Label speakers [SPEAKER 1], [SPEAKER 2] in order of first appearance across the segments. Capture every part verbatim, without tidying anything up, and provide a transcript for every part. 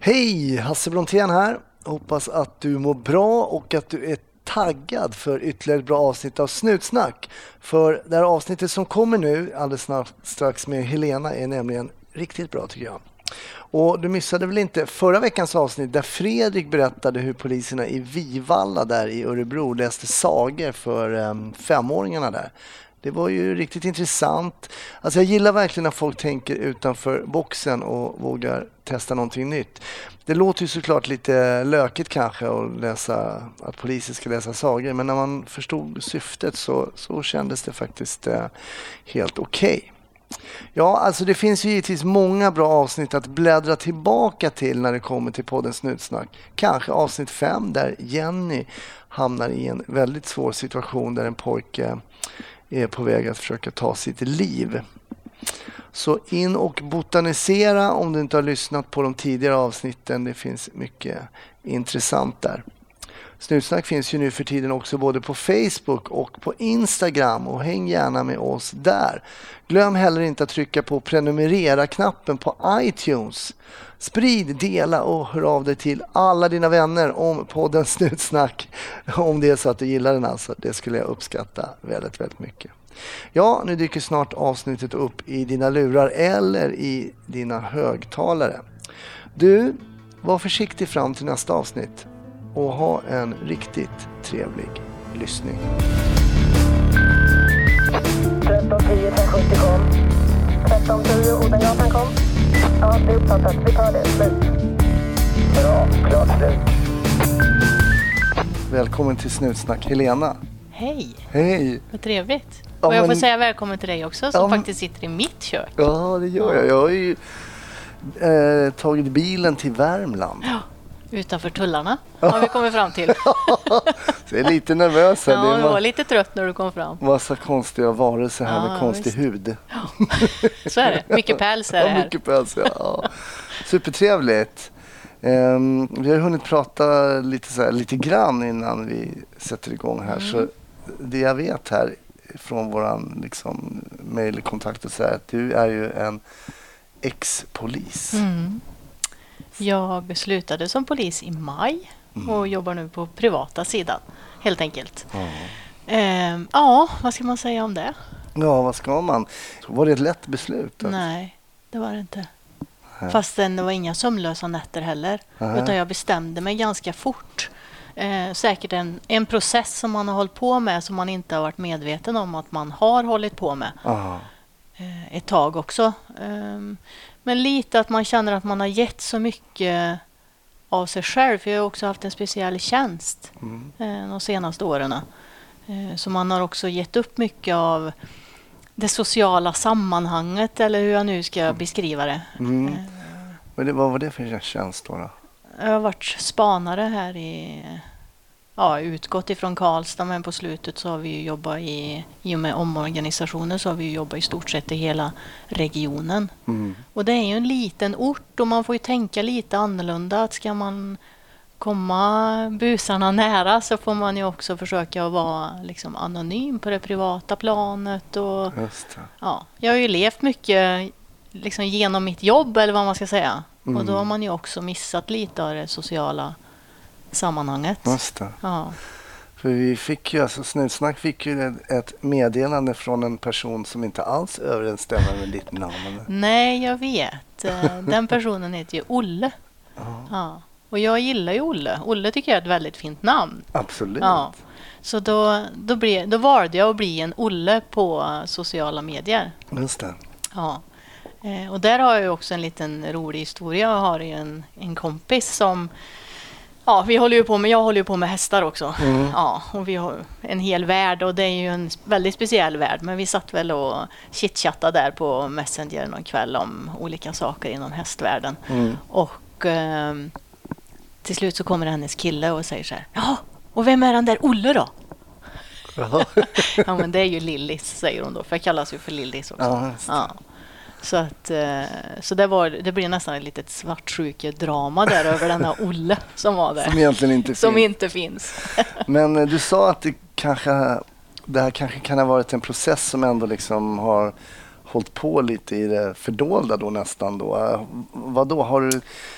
[SPEAKER 1] Hej, Hasse Brontén här. Hoppas att du mår bra och att du är taggad för ytterligare ett bra avsnitt av Snutsnack. För det här avsnittet som kommer nu alldeles strax med Helena är nämligen riktigt bra tycker jag. Och du missade väl inte förra veckans avsnitt där Fredrik berättade hur poliserna i Vivalla där i Örebro läste sagor för um, femåringarna där. Det var ju riktigt intressant. Alltså jag gillar verkligen när folk tänker utanför boxen och vågar testa någonting nytt. Det låter ju såklart lite lökigt kanske att läsa, att poliser ska läsa sagor. Men när man förstod syftet så, så kändes det faktiskt eh, helt okej. Okay. Ja, alltså det finns ju givetvis många bra avsnitt att bläddra tillbaka till när det kommer till podden Snutsnack. Kanske avsnitt fem där Jenny hamnar i en väldigt svår situation där en pojke är på väg att försöka ta sitt liv. Så in och botanisera om du inte har lyssnat på de tidigare avsnitten. Det finns mycket intressant där. Snutsnack finns ju nu för tiden också både på Facebook och på Instagram och häng gärna med oss där. Glöm heller inte att trycka på prenumerera-knappen på iTunes. Sprid, dela och hör av dig till alla dina vänner om podden Snutsnack. Om det är så att du gillar den alltså. Det skulle jag uppskatta väldigt, väldigt mycket. Ja, nu dyker snart avsnittet upp i dina lurar eller i dina högtalare. Du, var försiktig fram till nästa avsnitt. Och ha en riktigt trevlig lyssning.
[SPEAKER 2] tretton tio sjuttio kom. tretton tio Odengatan kom. Ja, det är uppfattat. Vi tar det. Slut. Bra, klart slut.
[SPEAKER 1] Välkommen till Snutsnack, Helena.
[SPEAKER 3] Hej.
[SPEAKER 1] Hej.
[SPEAKER 3] Vad trevligt.
[SPEAKER 1] Ja,
[SPEAKER 3] och jag
[SPEAKER 1] men...
[SPEAKER 3] får säga välkommen till dig också som
[SPEAKER 1] ja, men...
[SPEAKER 3] faktiskt sitter i mitt kök.
[SPEAKER 1] Ja, det gör jag. Jag har ju eh, tagit bilen till Värmland.
[SPEAKER 3] Ja. Utanför tullarna har vi kommit fram till.
[SPEAKER 1] Så jag är lite nervös här.
[SPEAKER 3] Ja,
[SPEAKER 1] det
[SPEAKER 3] var...
[SPEAKER 1] var
[SPEAKER 3] var lite trött när du kom fram.
[SPEAKER 1] Massa konstiga varelser här
[SPEAKER 3] ja,
[SPEAKER 1] med konstig
[SPEAKER 3] visst.
[SPEAKER 1] hud.
[SPEAKER 3] Ja. Så är det. Mycket päls är det här.
[SPEAKER 1] Ja, mycket päls, ja. ja. Supertrevligt. Um, vi har hunnit prata lite, så här, lite grann innan vi sätter igång här. Mm. Så det jag vet här från våran liksom, mejlkontakt och så här, att du är ju en ex-polis.
[SPEAKER 3] Mm. Jag slutade som polis i maj mm. och jobbar nu på privata sidan, helt enkelt. Ja. Ehm, ja, vad ska man säga om det?
[SPEAKER 1] Ja, vad ska man? Var det ett lätt beslut? Alltså?
[SPEAKER 3] Nej, det var det inte.
[SPEAKER 1] Nej.
[SPEAKER 3] Fast det var inga sömnlösa nätter heller. Nej. Utan jag bestämde mig ganska fort. Eh, säkert en, en process som man har hållit på med som man inte har varit medveten om att man har hållit på med. Eh, ett tag också. Eh, men lite att man känner att man har gett så mycket av sig själv. För jag har också haft en speciell tjänst mm. eh, de senaste åren. Eh, så man har också gett upp mycket av det sociala sammanhanget eller hur jag nu ska mm. beskriva det.
[SPEAKER 1] Mm. Eh, Men det, vad var det för tjänst då? då?
[SPEAKER 3] Jag har varit spanare här i, ja, utgått ifrån Karlstad, men på slutet så har vi jobbat i, i och med omorganisationen så har vi jobbat i stort sett i hela regionen. Mm. Och det är ju en liten ort och man får ju tänka lite annorlunda. Att ska man komma busarna nära så får man ju också försöka vara liksom anonym på det privata planet. Och,
[SPEAKER 1] Just det.
[SPEAKER 3] Ja, jag har ju levt mycket liksom genom mitt jobb eller vad man ska säga. Mm. Och då har man ju också missat lite av det sociala sammanhanget.
[SPEAKER 1] Just det.
[SPEAKER 3] Ja.
[SPEAKER 1] För vi fick ju, alltså Snutsnack fick ju ett meddelande från en person som inte alls överensstämmer med ditt namn.
[SPEAKER 3] Nej, jag vet. Den personen heter ju Olle. Ja. Ja. Och jag gillar ju Olle. Olle tycker jag är ett väldigt fint namn.
[SPEAKER 1] Absolut.
[SPEAKER 3] Ja. Så då, då, ble, då valde jag att bli en Olle på sociala medier.
[SPEAKER 1] Just det.
[SPEAKER 3] Ja. Eh, och där har jag också en liten rolig historia. Jag har ju en, en kompis som... Ja, vi håller ju på med, jag håller ju på med hästar också. Mm. Ja, och vi har en hel värld och det är ju en väldigt speciell värld. Men vi satt väl och chitchattade där på Messenger någon kväll om olika saker inom hästvärlden. Mm. Och eh, till slut så kommer hennes kille och säger så här: ja, och vem är den där Olle då? Ja, men det är ju Lillis, säger hon då. För jag kallas ju för Lillis också. Ja, ja. Så, att, så det, var, det blir nästan ett litet svartsjuke-drama där över den här Olle som var där.
[SPEAKER 1] Som egentligen inte
[SPEAKER 3] som
[SPEAKER 1] finns.
[SPEAKER 3] Inte finns.
[SPEAKER 1] Men du sa att det, kanske, det här kanske kan ha varit en process som ändå liksom har hållit på lite i det fördolda då nästan. Då. Vad då? Har du,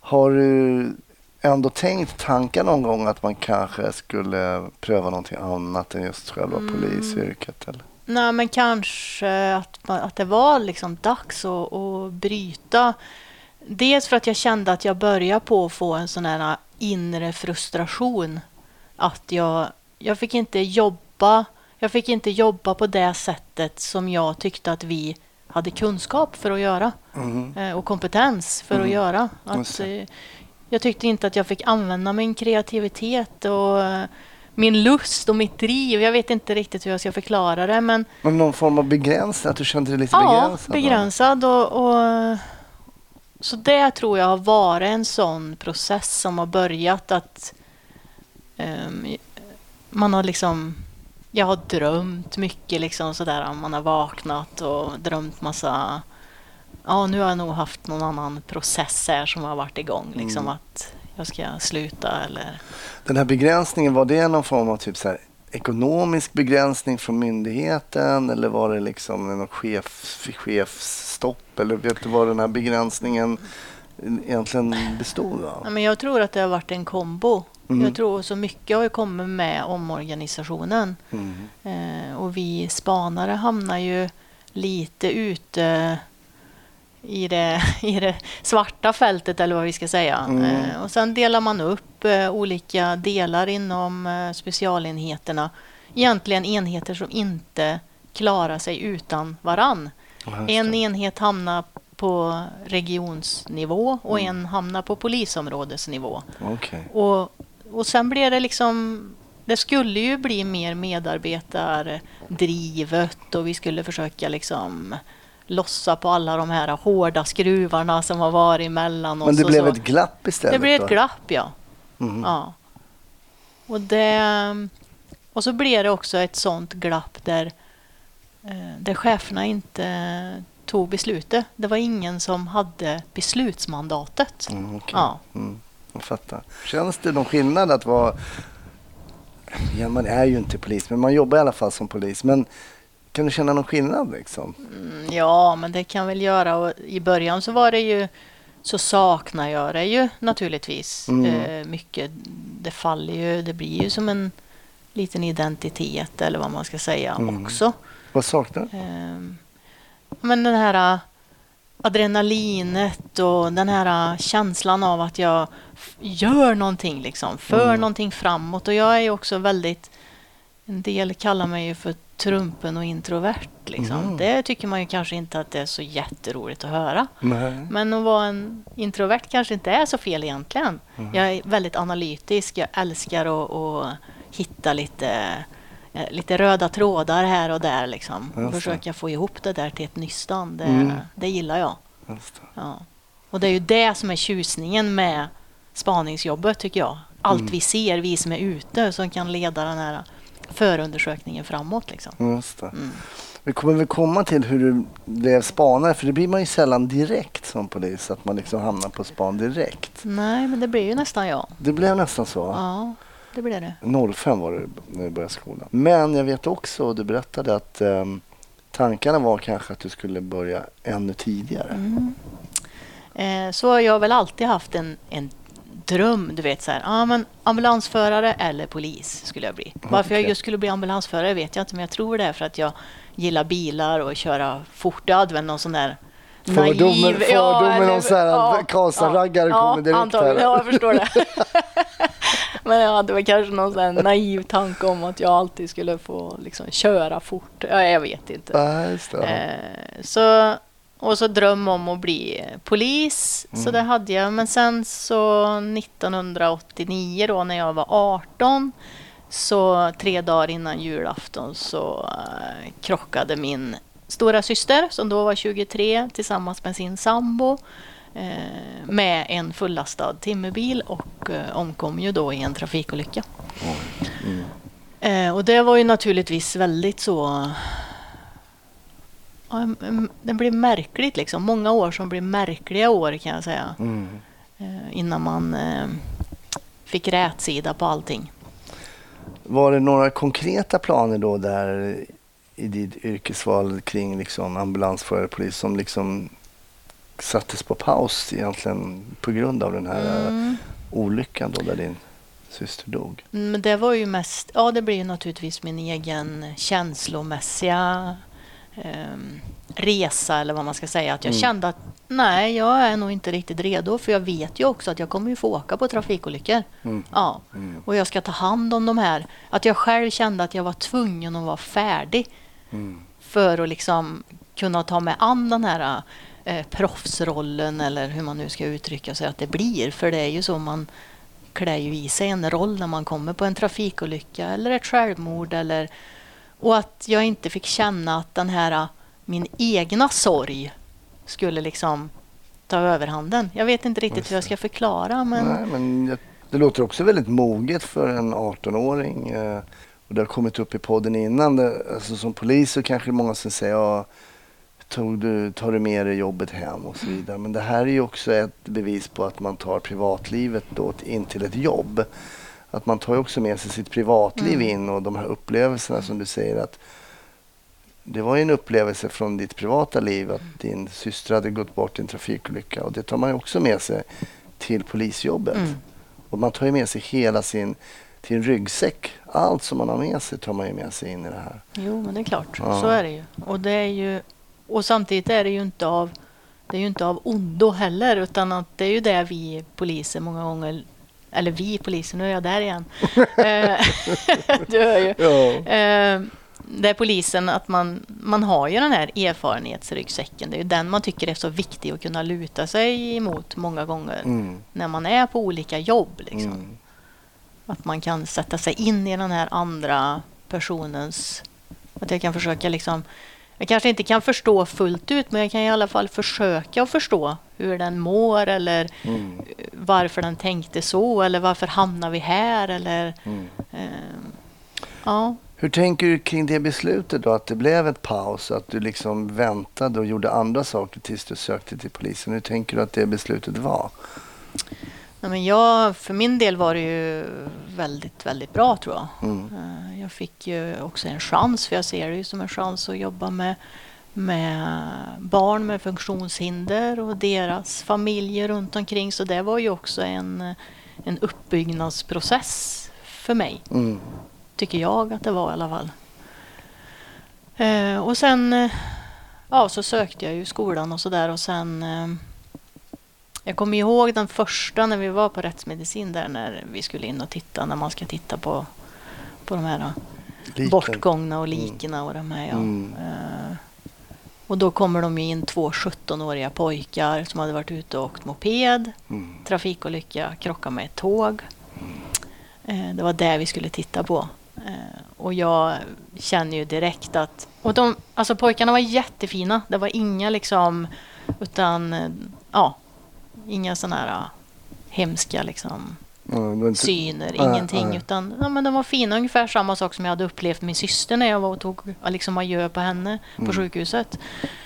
[SPEAKER 1] Har du ändå tänkt tankar någon gång att man kanske skulle pröva någonting annat än just själva mm. polisyrket? Eller?
[SPEAKER 3] Nej, men kanske att, man, att det var liksom dags att, att bryta. Dels för att jag kände att jag började på att få en sån här inre frustration. Att jag, jag fick inte jobba jag fick inte jobba på det sättet som jag tyckte att vi hade kunskap för att göra. Mm. Och kompetens för mm. att göra. Att, jag tyckte inte att jag fick använda min kreativitet och min lust och mitt driv. Jag vet inte riktigt hur jag ska förklara det. Men,
[SPEAKER 1] men någon form av begränsning? Att du kände dig lite
[SPEAKER 3] ja,
[SPEAKER 1] begränsad?
[SPEAKER 3] Ja, begränsad. Och, och, så det tror jag har varit en sån process som har börjat att um, man har liksom... Jag har drömt mycket liksom sådär. Man har vaknat och drömt massa... Ja, nu har jag nog haft någon annan process här som har varit igång. Liksom mm. att jag ska sluta eller...
[SPEAKER 1] Den här begränsningen, var det någon form av typ så här ekonomisk begränsning från myndigheten? Eller var det liksom någon chef, chefstopp? Eller vet du vad den här begränsningen egentligen bestod av?
[SPEAKER 3] Ja, men jag tror att det har varit en kombo. Mm. Jag tror så mycket har ju kommit med omorganisationen. Mm. Eh, och vi spanare hamnar ju lite ute i det, i det svarta fältet eller vad vi ska säga. Mm. Eh, och sen delar man upp eh, olika delar inom eh, specialenheterna. Egentligen enheter som inte klarar sig utan varann. En enhet hamnar på regionsnivå och mm. en hamnar på polisområdesnivå.
[SPEAKER 1] Okay.
[SPEAKER 3] Och Och sen blir det liksom, det skulle ju bli mer medarbetardrivet och vi skulle försöka liksom lossa på alla de här hårda skruvarna som har varit emellan oss.
[SPEAKER 1] Men det blev
[SPEAKER 3] så.
[SPEAKER 1] ett glapp istället?
[SPEAKER 3] Det blev
[SPEAKER 1] då?
[SPEAKER 3] ett glapp, ja. Mm. Ja. Och, det, och så blev det också ett sånt glapp där, där cheferna inte tog beslutet. Det var ingen som hade beslutsmandatet.
[SPEAKER 1] Mm, okay.
[SPEAKER 3] Ja.
[SPEAKER 1] Mm. Jag fattar. Känns det någon skillnad att vara... Ja, man är ju inte polis, men man jobbar i alla fall som polis. Men kan du känna någon skillnad liksom?
[SPEAKER 3] Mm, ja, men det kan väl göra. Och i början så var det ju... Så saknar jag det ju naturligtvis. Mm. Eh, mycket. Det faller ju... Det blir ju som en liten identitet eller vad man ska säga mm. också.
[SPEAKER 1] Vad saknar du?
[SPEAKER 3] Eh, men den här... adrenalinet och den här känslan av att jag f- gör någonting liksom, för mm. någonting framåt. Och jag är ju också väldigt, en del kallar mig ju för trumpen och introvert liksom. Mm. Det tycker man ju kanske inte att det är så jätteroligt att höra.
[SPEAKER 1] Nej.
[SPEAKER 3] Men att vara en introvert kanske inte är så fel egentligen. Mm. Jag är väldigt analytisk, jag älskar att, att hitta lite lite röda trådar här och där liksom. Och försöka få ihop det där till ett nystan. Det, mm. det gillar jag.
[SPEAKER 1] Just det.
[SPEAKER 3] Ja. Och det är ju det som är tjusningen med spaningsjobbet tycker jag. Allt mm. vi ser, vi som är ute, som kan leda den här förundersökningen framåt liksom.
[SPEAKER 1] Just det. Mm. Vi kommer väl komma till hur du blev spanare, för det blir man ju sällan direkt som polis, att man liksom hamnar på span direkt.
[SPEAKER 3] Nej, men det blir ju nästan jag.
[SPEAKER 1] Det blev nästan så.
[SPEAKER 3] Ja. Det blir det.
[SPEAKER 1] noll fem var det när du började skolan. Men jag vet också, du berättade att um, tankarna var kanske att du skulle börja ännu tidigare. Mm.
[SPEAKER 3] Eh, så har jag väl alltid haft en, en dröm, du vet så här, ah, men ambulansförare eller polis skulle jag bli. Varför okay. jag just skulle bli ambulansförare vet jag inte, men jag tror det är för att jag gillar bilar och köra fort. Jag hade väl någon sån där
[SPEAKER 1] Fördomen,
[SPEAKER 3] naiv...
[SPEAKER 1] fördomen
[SPEAKER 3] ja,
[SPEAKER 1] om så här ja, Karlstad-raggare ja, kommer direkt
[SPEAKER 3] antagligen,
[SPEAKER 1] här.
[SPEAKER 3] Ja, jag förstår det. Men jag hade väl kanske någon sån här naiv tanke om att jag alltid skulle få liksom köra fort. Ja, jag vet inte.
[SPEAKER 1] Ja, just det.
[SPEAKER 3] Eh, så, och så dröm om att bli polis. Mm. Så det hade jag. Men sen så nittonhundraåttionio då när jag var arton, så tre dagar innan julafton så eh, krockade min stora syster som då var tjugotre tillsammans med sin sambo eh, med en fullastad timmerbil och eh, omkom ju då i en trafikolycka. Mm. Eh, och det var ju naturligtvis väldigt så... Ja, det blev märkligt liksom. Många år som blev märkliga år kan jag säga. Mm. Eh, innan man eh, fick rätsida på allting.
[SPEAKER 1] Var det några konkreta planer då där i ditt yrkesval kring liksom ambulansförare, polis som liksom sattes på paus egentligen på grund av den här mm. olyckan då där din syster dog.
[SPEAKER 3] Men det var ju mest, ja det blir ju naturligtvis min egen känslomässiga eh, resa eller vad man ska säga. Att jag mm. kände att nej, jag är nog inte riktigt redo för jag vet ju också att jag kommer ju få åka på trafikolyckor. Mm. Ja. Mm. Och jag ska ta hand om de här. Att jag själv kände att jag var tvungen att vara färdig mm. för att liksom kunna ta mig an den här eh, proffsrollen eller hur man nu ska uttrycka sig att det blir. För det är ju så man klär ju i sig en roll när man kommer på en trafikolycka eller ett självmord. Eller, och att jag inte fick känna att den här min egna sorg skulle liksom ta överhanden. Jag vet inte riktigt hur jag ska förklara. Men...
[SPEAKER 1] Nej, men det låter också väldigt moget för en arton-åring. Och det har kommit upp i podden innan. Det, alltså som polis så kanske många som säger ja, tog du, tar du med dig jobbet hem och så vidare. Men det här är ju också ett bevis på att man tar privatlivet då in till ett jobb. Att man tar ju också med sig sitt privatliv mm. in och de här upplevelserna som du säger att det var ju en upplevelse från ditt privata liv att din syster hade gått bort i en trafikolycka och det tar man ju också med sig till polisjobbet. Mm. Och man tar ju med sig hela sin till ryggsäck. Allt som man har med sig tar man ju med sig in i det här.
[SPEAKER 3] Jo, men det är klart. Ja. Så är det ju. Och det är ju och samtidigt är det ju inte av det är ju inte av ondo heller utan att det är ju det vi poliser många gånger eller vi poliser, nu är jag där igen. Du hör ju. Ja. Det är polisen att man, man har ju den här erfarenhetsryggsäcken. Det är ju den man tycker är så viktig att kunna luta sig emot många gånger mm. när man är på olika jobb. Liksom. Mm. Att man kan sätta sig in i den här andra personens... Att jag kan försöka liksom... Jag kanske inte kan förstå fullt ut men jag kan i alla fall försöka att förstå hur den mår eller mm. varför den tänkte så eller varför hamnar vi här eller... Mm. Eh, ja...
[SPEAKER 1] Hur tänker du kring det beslutet då? Att det blev ett paus, att du liksom väntade och gjorde andra saker tills du sökte till polisen. Hur tänker du att det beslutet var?
[SPEAKER 3] Nej, men jag, för min del var det ju väldigt, väldigt bra tror jag. Mm. Jag fick ju också en chans, för jag ser det ju som en chans att jobba med, med barn med funktionshinder och deras familjer runt omkring. Så det var ju också en, en uppbyggnadsprocess för mig. Mm. Tycker jag att det var i alla fall. Eh, och sen eh, ja, så sökte jag ju skolan och sådär. Och sen eh, jag kommer ihåg den första när vi var på rättsmedicin där när vi skulle in och titta. När man ska titta på, på de här Liken. bortgångna och likerna och de här. Ja. Mm. Eh, och då kommer de in två sjuttonåriga pojkar som hade varit ute och åkt moped. Mm. Trafikolycka, krockade med ett tåg. Mm. Eh, det var det vi skulle titta på. Uh, och jag känner ju direkt att och de, alltså pojkarna var jättefina. Det var inga liksom utan uh, ja, inga såna här uh, hemska liksom mm, inte, syner, äh, ingenting äh. utan ja, men de var fina, ungefär samma sak som jag hade upplevt min syster när jag var och tog liksom adjö på henne mm. på sjukhuset.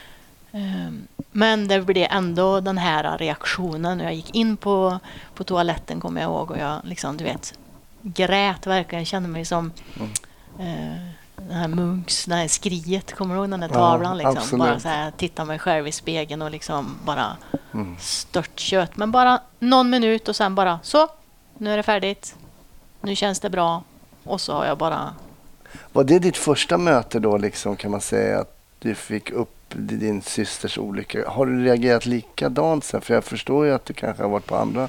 [SPEAKER 3] Uh, men det blev ändå den här reaktionen när jag gick in på på toaletten kommer jag ihåg och jag liksom du vet grät verkligen. Jag kände mig som mm. eh, den här Munks, det här skriet, kommer du ihåg den här tavlan? Ja, liksom. Bara så här, titta mig själv i spegeln och liksom bara mm. störtkött. Men bara någon minut och sen bara så, nu är det färdigt. Nu känns det bra. Och så har jag bara...
[SPEAKER 1] Var det ditt första möte då liksom, kan man säga att du fick upp din systers olycka? Har du reagerat likadant sen? För jag förstår ju att du kanske har varit på andra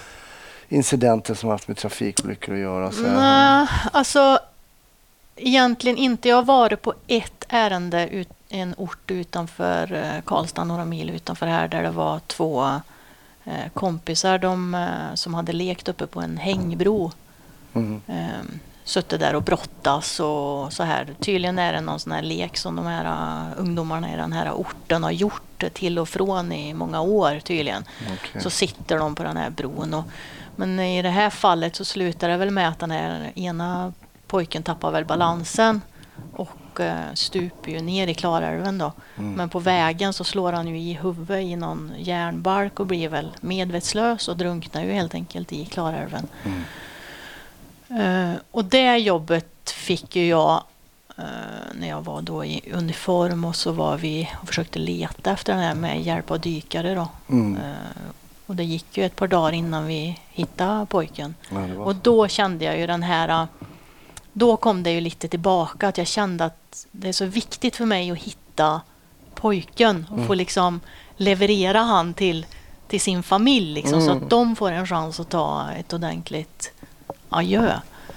[SPEAKER 1] incidenter som har haft med trafikolyckor att göra. Så
[SPEAKER 3] Nej, alltså egentligen inte. Jag har varit på ett ärende ut, en ort utanför eh, Karlstad, några mil utanför här, där det var två eh, kompisar de, eh, som hade lekt uppe på en hängbro. Mm. Eh, suttit där och brottas och så här. Tydligen är det någon sån här lek som de här uh, ungdomarna i den här orten har gjort till och från i många år tydligen. Okay. Så sitter de på den här bron och men i det här fallet så slutar det väl med att den här ena pojken tappar väl balansen och uh, stuper ju ner i Klarälven då. Mm. Men på vägen så slår han ju i huvudet i någon järnbalk och blir väl medvetslös och drunknar ju helt enkelt i Klarälven. Mm. Uh, och det jobbet fick ju jag eh, när jag var då i uniform och så var vi och försökte leta efter den här med hjälp av dykare då.
[SPEAKER 1] Mm.
[SPEAKER 3] Eh, och det gick ju ett par dagar innan vi hittade pojken.
[SPEAKER 1] Ja, det var
[SPEAKER 3] Och då kände jag ju den här, då kom det ju lite tillbaka att jag kände att det är så viktigt för mig att hitta pojken och
[SPEAKER 1] Mm.
[SPEAKER 3] få liksom leverera han till, till sin familj liksom, så
[SPEAKER 1] Mm.
[SPEAKER 3] att de får en chans att ta ett ordentligt adjö.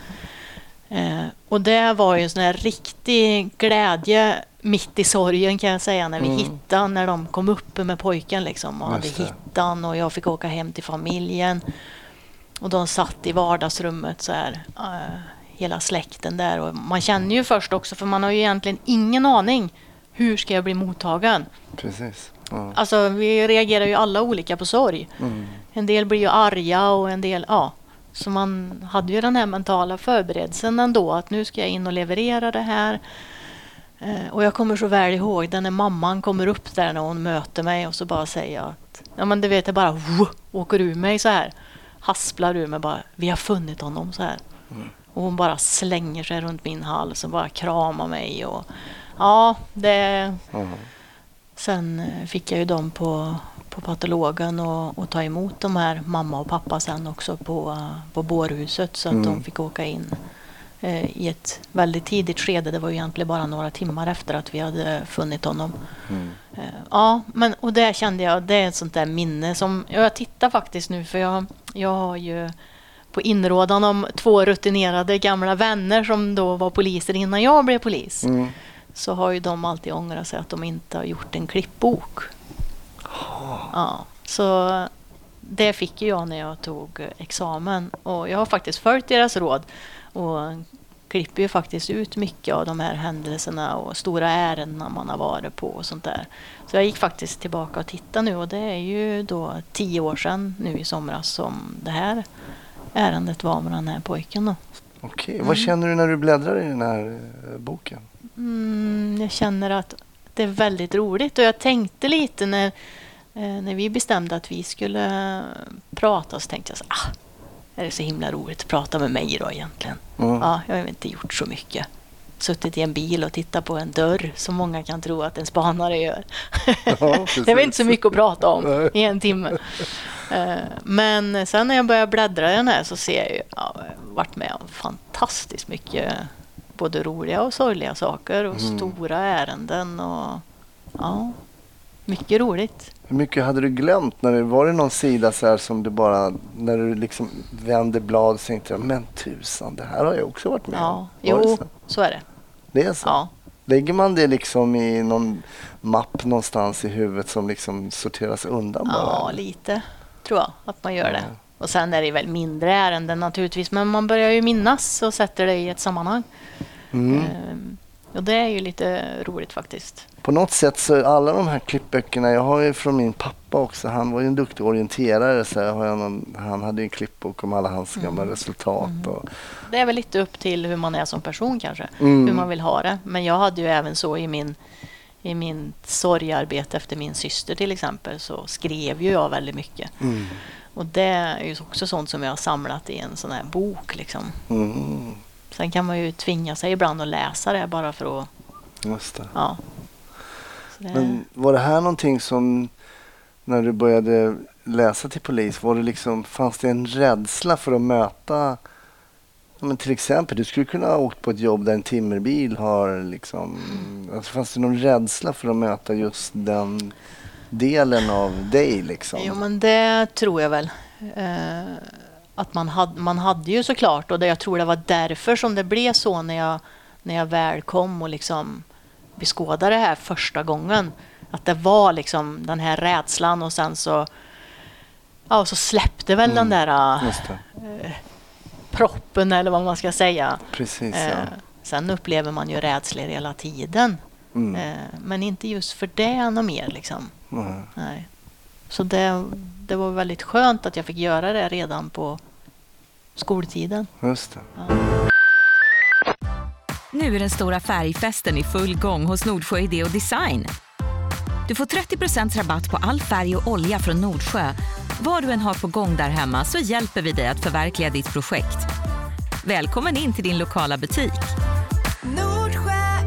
[SPEAKER 3] Eh, och det var ju en sån här riktig glädje mitt i sorgen kan jag säga när vi
[SPEAKER 1] Mm.
[SPEAKER 3] hittade, när de kom upp med pojken liksom och hade
[SPEAKER 1] Just det.
[SPEAKER 3] hittat han och jag fick åka hem till familjen och de satt i vardagsrummet så här, eh, hela släkten där och man känner ju först också för man har ju egentligen ingen aning hur ska jag bli mottagen.
[SPEAKER 1] Precis. Ja.
[SPEAKER 3] Alltså vi reagerar ju alla olika på sorg.
[SPEAKER 1] Mm.
[SPEAKER 3] En del blir ju arga och en del, ja. Så man hade ju den här mentala förberedelsen ändå att nu ska jag in och leverera det här. Eh, och jag kommer så väl ihåg den när mamman kommer upp där när hon möter mig och så bara säger jag att, ja men det vet jag bara, woo, åker ur mig så här. Hasplar ur mig bara, vi har funnit honom så här.
[SPEAKER 1] Mm.
[SPEAKER 3] Och hon bara slänger sig runt min hals och bara kramar mig och ja, det...
[SPEAKER 1] Ja.
[SPEAKER 3] Sen eh, fick jag ju dem på, på patologen och, och ta emot de här mamma och pappa sen också på, uh, på bårhuset så att
[SPEAKER 1] Mm.
[SPEAKER 3] de fick åka in eh, i ett väldigt tidigt skede. Det var ju egentligen bara några timmar efter att vi hade funnit honom.
[SPEAKER 1] Mm.
[SPEAKER 3] Eh, ja, men och det kände jag, det är ett sånt där minne som, jag tittar faktiskt nu för jag, jag har ju på inrådan om två rutinerade gamla vänner som då var poliser innan jag blev polis.
[SPEAKER 1] Mm.
[SPEAKER 3] Så har ju de alltid ångrat sig att de inte har gjort en klippbok. Ja, så det fick ju jag när jag tog examen. Och jag har faktiskt följt deras råd och klipper ju faktiskt ut mycket av de här händelserna och stora ärenden man har varit på och sånt där. Så jag gick faktiskt tillbaka och tittade nu och det är ju då tio år sedan nu i somras som det här ärendet var med den här pojken då.
[SPEAKER 1] Okej,
[SPEAKER 3] Mm.
[SPEAKER 1] vad känner du när du bläddrar i den här eh, boken?
[SPEAKER 3] Mm, jag känner att det är väldigt roligt och jag tänkte lite när, eh, när vi bestämde att vi skulle prata så tänkte jag så ah, är det så himla roligt att prata med mig då egentligen?
[SPEAKER 1] Mm.
[SPEAKER 3] Ja, jag har inte gjort så mycket. Suttit i en bil och tittat på en dörr som många kan tro att en spanare gör.
[SPEAKER 1] Ja, precis.
[SPEAKER 3] Det var inte så mycket att prata om
[SPEAKER 1] Nej.
[SPEAKER 3] i en timme. Eh, Men sen när jag börjar bläddra i den här så ser jag ju, ja, jag har varit med om fantastiskt mycket både roliga och sorgliga saker och
[SPEAKER 1] Mm.
[SPEAKER 3] stora ärenden och ja, mycket roligt.
[SPEAKER 1] Hur mycket hade du glömt? När det, var det någon sida så här som du bara, när du liksom vände blad så tänkte jag, men tusan, det här har jag också varit med
[SPEAKER 3] Ja,
[SPEAKER 1] om. Var det
[SPEAKER 3] jo,
[SPEAKER 1] så?
[SPEAKER 3] så är det.
[SPEAKER 1] Det är så?
[SPEAKER 3] Ja.
[SPEAKER 1] Lägger man det liksom i någon mapp någonstans i huvudet som liksom sorteras undan bara?
[SPEAKER 3] Ja, lite tror jag att man gör det.
[SPEAKER 1] Ja.
[SPEAKER 3] Och sen är det väl mindre ärenden naturligtvis, men man börjar ju minnas och sätter det i ett sammanhang.
[SPEAKER 1] Mm.
[SPEAKER 3] Ehm, och det är ju lite roligt faktiskt.
[SPEAKER 1] På något sätt så alla de här klippböckerna, jag har ju från min pappa också, han var ju en duktig orienterare så jag har jag någon, han hade ju en klippbok om alla hans gamla resultat. Och,
[SPEAKER 3] Det är väl lite upp till hur man är som person kanske,
[SPEAKER 1] Mm.
[SPEAKER 3] hur man vill ha det. Men jag hade ju även så i min i min sorgarbete efter min syster till exempel så skrev ju jag väldigt mycket.
[SPEAKER 1] mm.
[SPEAKER 3] Och det är ju också sånt som jag har samlat i en sån här bok liksom.
[SPEAKER 1] Mm.
[SPEAKER 3] Sen kan man ju tvinga sig ibland att läsa det bara för att,
[SPEAKER 1] Just det.
[SPEAKER 3] ja. Så det,
[SPEAKER 1] Men var det här någonting som när du började läsa till polis, var det liksom, fanns det en rädsla för att möta, ja, men till exempel du skulle kunna ha åkt på ett jobb där en timmerbil har liksom, alltså fanns det någon rädsla för att möta just den delen av dig liksom?
[SPEAKER 3] Jo, men det tror jag väl. Eh, att man hade, man hade ju såklart, och det, jag tror det var därför som det blev så när jag, när jag väl kom och liksom beskådade det här första gången. Att det var liksom den här rädslan och sen så, ja, så släppte väl den där eh,
[SPEAKER 1] Just det.
[SPEAKER 3] proppen eller vad man ska säga.
[SPEAKER 1] Precis,
[SPEAKER 3] Eh,
[SPEAKER 1] ja.
[SPEAKER 3] sen upplever man ju rädslor hela tiden.
[SPEAKER 1] Mm.
[SPEAKER 3] Eh, men inte just för det något mer liksom.
[SPEAKER 1] Mm.
[SPEAKER 3] Nej. Så det, det var väldigt skönt att jag fick göra det redan på skoltiden.
[SPEAKER 1] Just det.
[SPEAKER 4] Nu är den stora färgfesten i full gång hos Nordsjö Idé och Design. Du får trettio procent rabatt på all färg och olja från Nordsjö. Vad du än har på gång där hemma så hjälper vi dig att förverkliga ditt projekt. Välkommen in till din lokala butik.
[SPEAKER 5] Nordsjö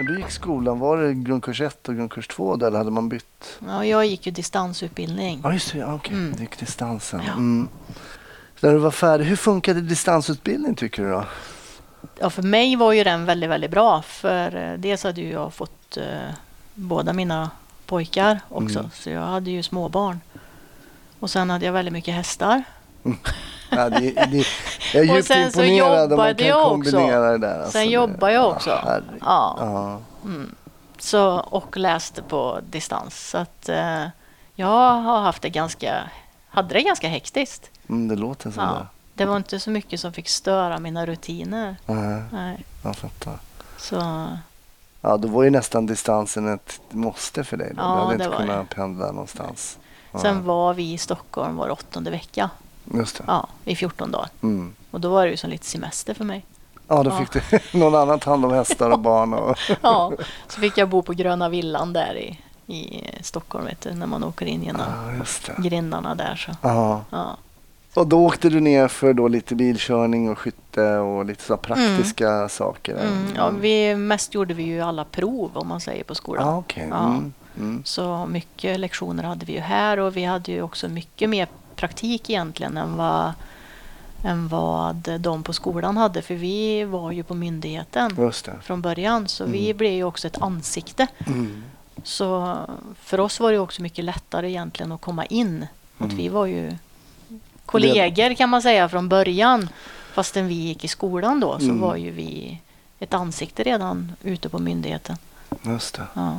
[SPEAKER 1] du gick skolan, var det grundkurs ett och grundkurs två där, eller hade man bytt?
[SPEAKER 3] Ja, jag gick ju distansutbildning.
[SPEAKER 1] Ja, just det. Ja, okej.
[SPEAKER 3] Mm.
[SPEAKER 1] Du gick distansen.
[SPEAKER 3] Ja.
[SPEAKER 1] Mm. Så när du var färdig, hur funkade distansutbildning tycker du då?
[SPEAKER 3] Ja, för mig var ju den väldigt, väldigt bra. För eh, dels hade ju jag fått eh, båda mina pojkar också.
[SPEAKER 1] Mm.
[SPEAKER 3] Så jag hade ju småbarn. Och sen hade jag väldigt mycket hästar.
[SPEAKER 1] Ja, det, det, jag är
[SPEAKER 3] Och
[SPEAKER 1] djupt
[SPEAKER 3] sen så
[SPEAKER 1] imponerad om man
[SPEAKER 3] jobbade
[SPEAKER 1] kan
[SPEAKER 3] jag
[SPEAKER 1] kombinera
[SPEAKER 3] också.
[SPEAKER 1] det där. Alltså,
[SPEAKER 3] Sen
[SPEAKER 1] det-
[SPEAKER 3] jobbade jag också.
[SPEAKER 1] Ja, herregud.
[SPEAKER 3] Ja.
[SPEAKER 1] Ja.
[SPEAKER 3] Mm. Så, och läste på distans. Så att eh, jag har haft det ganska, hade det ganska hektiskt.
[SPEAKER 1] Mm, det låter så
[SPEAKER 3] Ja.
[SPEAKER 1] där.
[SPEAKER 3] Det var inte så mycket som fick störa mina rutiner.
[SPEAKER 1] Nej,
[SPEAKER 3] Nej.
[SPEAKER 1] jag fattar.
[SPEAKER 3] Så
[SPEAKER 1] Ja, då var ju nästan distansen ett måste för dig. Då.
[SPEAKER 3] Ja,
[SPEAKER 1] du hade
[SPEAKER 3] det
[SPEAKER 1] inte
[SPEAKER 3] var
[SPEAKER 1] kunnat pendla någonstans. Ja.
[SPEAKER 3] sen var vi i Stockholm var åttonde vecka.
[SPEAKER 1] Just det.
[SPEAKER 3] Ja, i fjorton dagar.
[SPEAKER 1] Mm.
[SPEAKER 3] Och då var det ju som lite semester för mig.
[SPEAKER 1] Ja, då
[SPEAKER 3] Ja.
[SPEAKER 1] fick du någon annan ta hand om hästar och barn. Och
[SPEAKER 3] Ja, så fick jag bo på Gröna villan där i, i Stockholm, vet du, när man åker in genom
[SPEAKER 1] ja, just det.
[SPEAKER 3] grindarna där. Så.
[SPEAKER 1] Ja.
[SPEAKER 3] Ja.
[SPEAKER 1] Och då åkte du ner för då lite bilkörning och skytte och lite så praktiska saker.
[SPEAKER 3] Mm, ja, vi, mest gjorde vi ju alla prov om man säger på skolan.
[SPEAKER 1] Ja, okej.
[SPEAKER 3] Ja.
[SPEAKER 1] Mm. Mm.
[SPEAKER 3] Så mycket lektioner hade vi ju här och vi hade ju också mycket mer praktik egentligen än vad, än vad de på skolan hade. För vi var ju på myndigheten
[SPEAKER 1] Just det.
[SPEAKER 3] från början så vi blev ju också ett ansikte.
[SPEAKER 1] Mm.
[SPEAKER 3] Så för oss var det också mycket lättare egentligen att komma in. Att
[SPEAKER 1] Mm.
[SPEAKER 3] vi var ju kollegor kan man säga från början. Fastän vi gick i skolan då så
[SPEAKER 1] Mm.
[SPEAKER 3] var ju vi ett ansikte redan ute på myndigheten.
[SPEAKER 1] Just det.
[SPEAKER 3] Ja.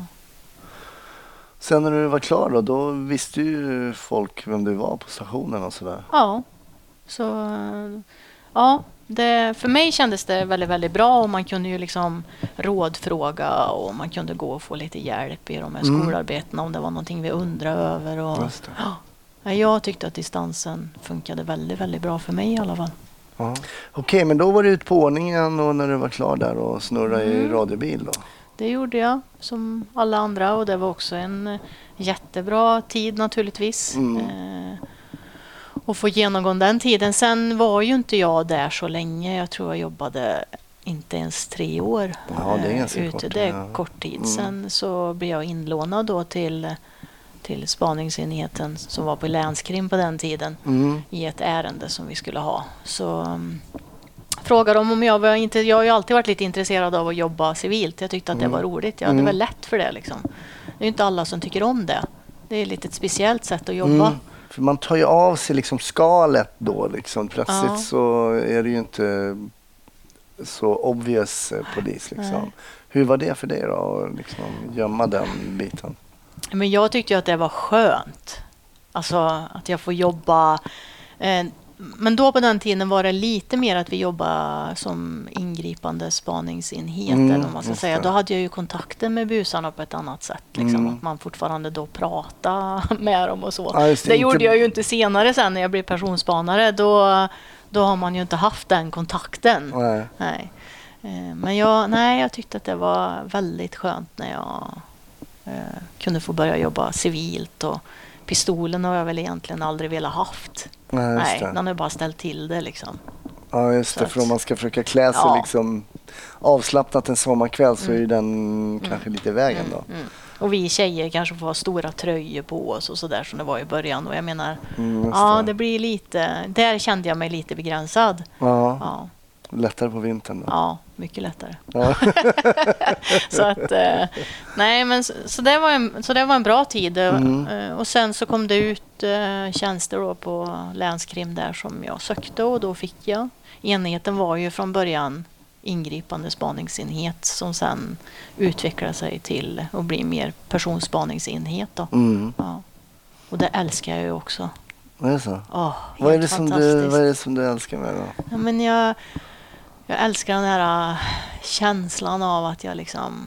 [SPEAKER 1] Sen när du var klar då, då visste ju folk vem du var på stationen och sådär.
[SPEAKER 3] Ja, så ja, det, för mig kändes det väldigt, väldigt bra och man kunde ju liksom rådfråga och man kunde gå och få lite hjälp i de här
[SPEAKER 1] Mm.
[SPEAKER 3] skolarbetena om det var någonting vi undrade över. Och,
[SPEAKER 1] Just det.
[SPEAKER 3] ja, jag tyckte att distansen funkade väldigt, väldigt bra för mig i alla fall.
[SPEAKER 1] Ja. Okej, men då var du ut på ordningen och när du var klar där och snurra i
[SPEAKER 3] Mm.
[SPEAKER 1] radiobil då?
[SPEAKER 3] Det gjorde jag som alla andra och det var också en eh, jättebra tid naturligtvis.
[SPEAKER 1] Mm.
[SPEAKER 3] Eh, och få genomgå den tiden. Sen var ju inte jag där så länge. Jag tror jag jobbade inte ens tre år
[SPEAKER 1] Ja, det är
[SPEAKER 3] eh,
[SPEAKER 1] ganska
[SPEAKER 3] ute.
[SPEAKER 1] kort,
[SPEAKER 3] Det är
[SPEAKER 1] ja.
[SPEAKER 3] kort tid.
[SPEAKER 1] Mm.
[SPEAKER 3] Sen så blev jag inlånad då till, till spaningsenheten som var på länskrim på den tiden
[SPEAKER 1] Mm.
[SPEAKER 3] i ett ärende som vi skulle ha. Så um, frågade de om jag var inte... Jag har ju alltid varit lite intresserad av att jobba civilt. Jag tyckte att det
[SPEAKER 1] Mm.
[SPEAKER 3] var roligt. Jag hade
[SPEAKER 1] Mm.
[SPEAKER 3] väl lätt för det liksom. Det är ju inte alla som tycker om det. Det är lite ett speciellt sätt att jobba.
[SPEAKER 1] Mm. För man tar ju av sig liksom skalet då liksom. Plötsligt
[SPEAKER 3] Ja.
[SPEAKER 1] så är det ju inte så obvious eh, polis liksom.
[SPEAKER 3] Nej.
[SPEAKER 1] Hur var det för dig då att liksom gömma den biten?
[SPEAKER 3] Men jag tyckte ju att det var skönt. Alltså att jag får jobba... Eh, men då på den tiden var det lite mer att vi jobbade som ingripande spaningsenhet.
[SPEAKER 1] Mm,
[SPEAKER 3] eller vad man ska
[SPEAKER 1] just
[SPEAKER 3] säga.
[SPEAKER 1] det.
[SPEAKER 3] Då hade jag ju kontakten med busarna på ett annat sätt. Liksom,
[SPEAKER 1] Mm.
[SPEAKER 3] Att man fortfarande då pratade med dem och så.
[SPEAKER 1] Ja, just det,
[SPEAKER 3] det
[SPEAKER 1] inte-
[SPEAKER 3] gjorde jag ju inte senare sen när jag blev personspanare. Då, då har man ju inte haft den kontakten.
[SPEAKER 1] Nej.
[SPEAKER 3] Nej. Eh, Men jag, nej, jag tyckte att det var väldigt skönt när jag eh, kunde få börja jobba civilt. Och pistolen har jag väl egentligen aldrig velat haft.
[SPEAKER 1] Nej, just
[SPEAKER 3] Nej,
[SPEAKER 1] det.
[SPEAKER 3] den har ju bara ställt till det liksom.
[SPEAKER 1] Ja, just
[SPEAKER 3] Så
[SPEAKER 1] det.
[SPEAKER 3] att-
[SPEAKER 1] För om man ska försöka klä sig
[SPEAKER 3] Ja.
[SPEAKER 1] liksom avslappnat en sommarkväll så är ju
[SPEAKER 3] Mm.
[SPEAKER 1] den kanske lite i vägen då.
[SPEAKER 3] Mm. Och vi tjejer kanske får ha stora tröjor på oss och sådär som det var i början. Och jag menar,
[SPEAKER 1] Mm, just
[SPEAKER 3] ja
[SPEAKER 1] det.
[SPEAKER 3] det blir lite, där kände jag mig lite begränsad.
[SPEAKER 1] Ja,
[SPEAKER 3] Ja,
[SPEAKER 1] lättare på vintern då.
[SPEAKER 3] ja mycket lättare.
[SPEAKER 1] Ja.
[SPEAKER 3] Så att, eh, nej men så, så, det var en, så det var en bra tid.
[SPEAKER 1] Mm.
[SPEAKER 3] Eh, och sen så kom det ut eh, tjänster då på länskrim där som jag sökte och då fick jag. Enheten var ju från början ingripande spaningsenhet som sen utvecklade sig till att bli mer personspaningsenhet då.
[SPEAKER 1] Mm.
[SPEAKER 3] Ja. Och det älskar jag ju också.
[SPEAKER 1] Är det så?
[SPEAKER 3] Åh,
[SPEAKER 1] Vad är,
[SPEAKER 3] helt
[SPEAKER 1] det som du,
[SPEAKER 3] fantastiskt.
[SPEAKER 1] vad är det som du älskar med då?
[SPEAKER 3] Ja, men jag, jag älskar den här äh, känslan av att jag liksom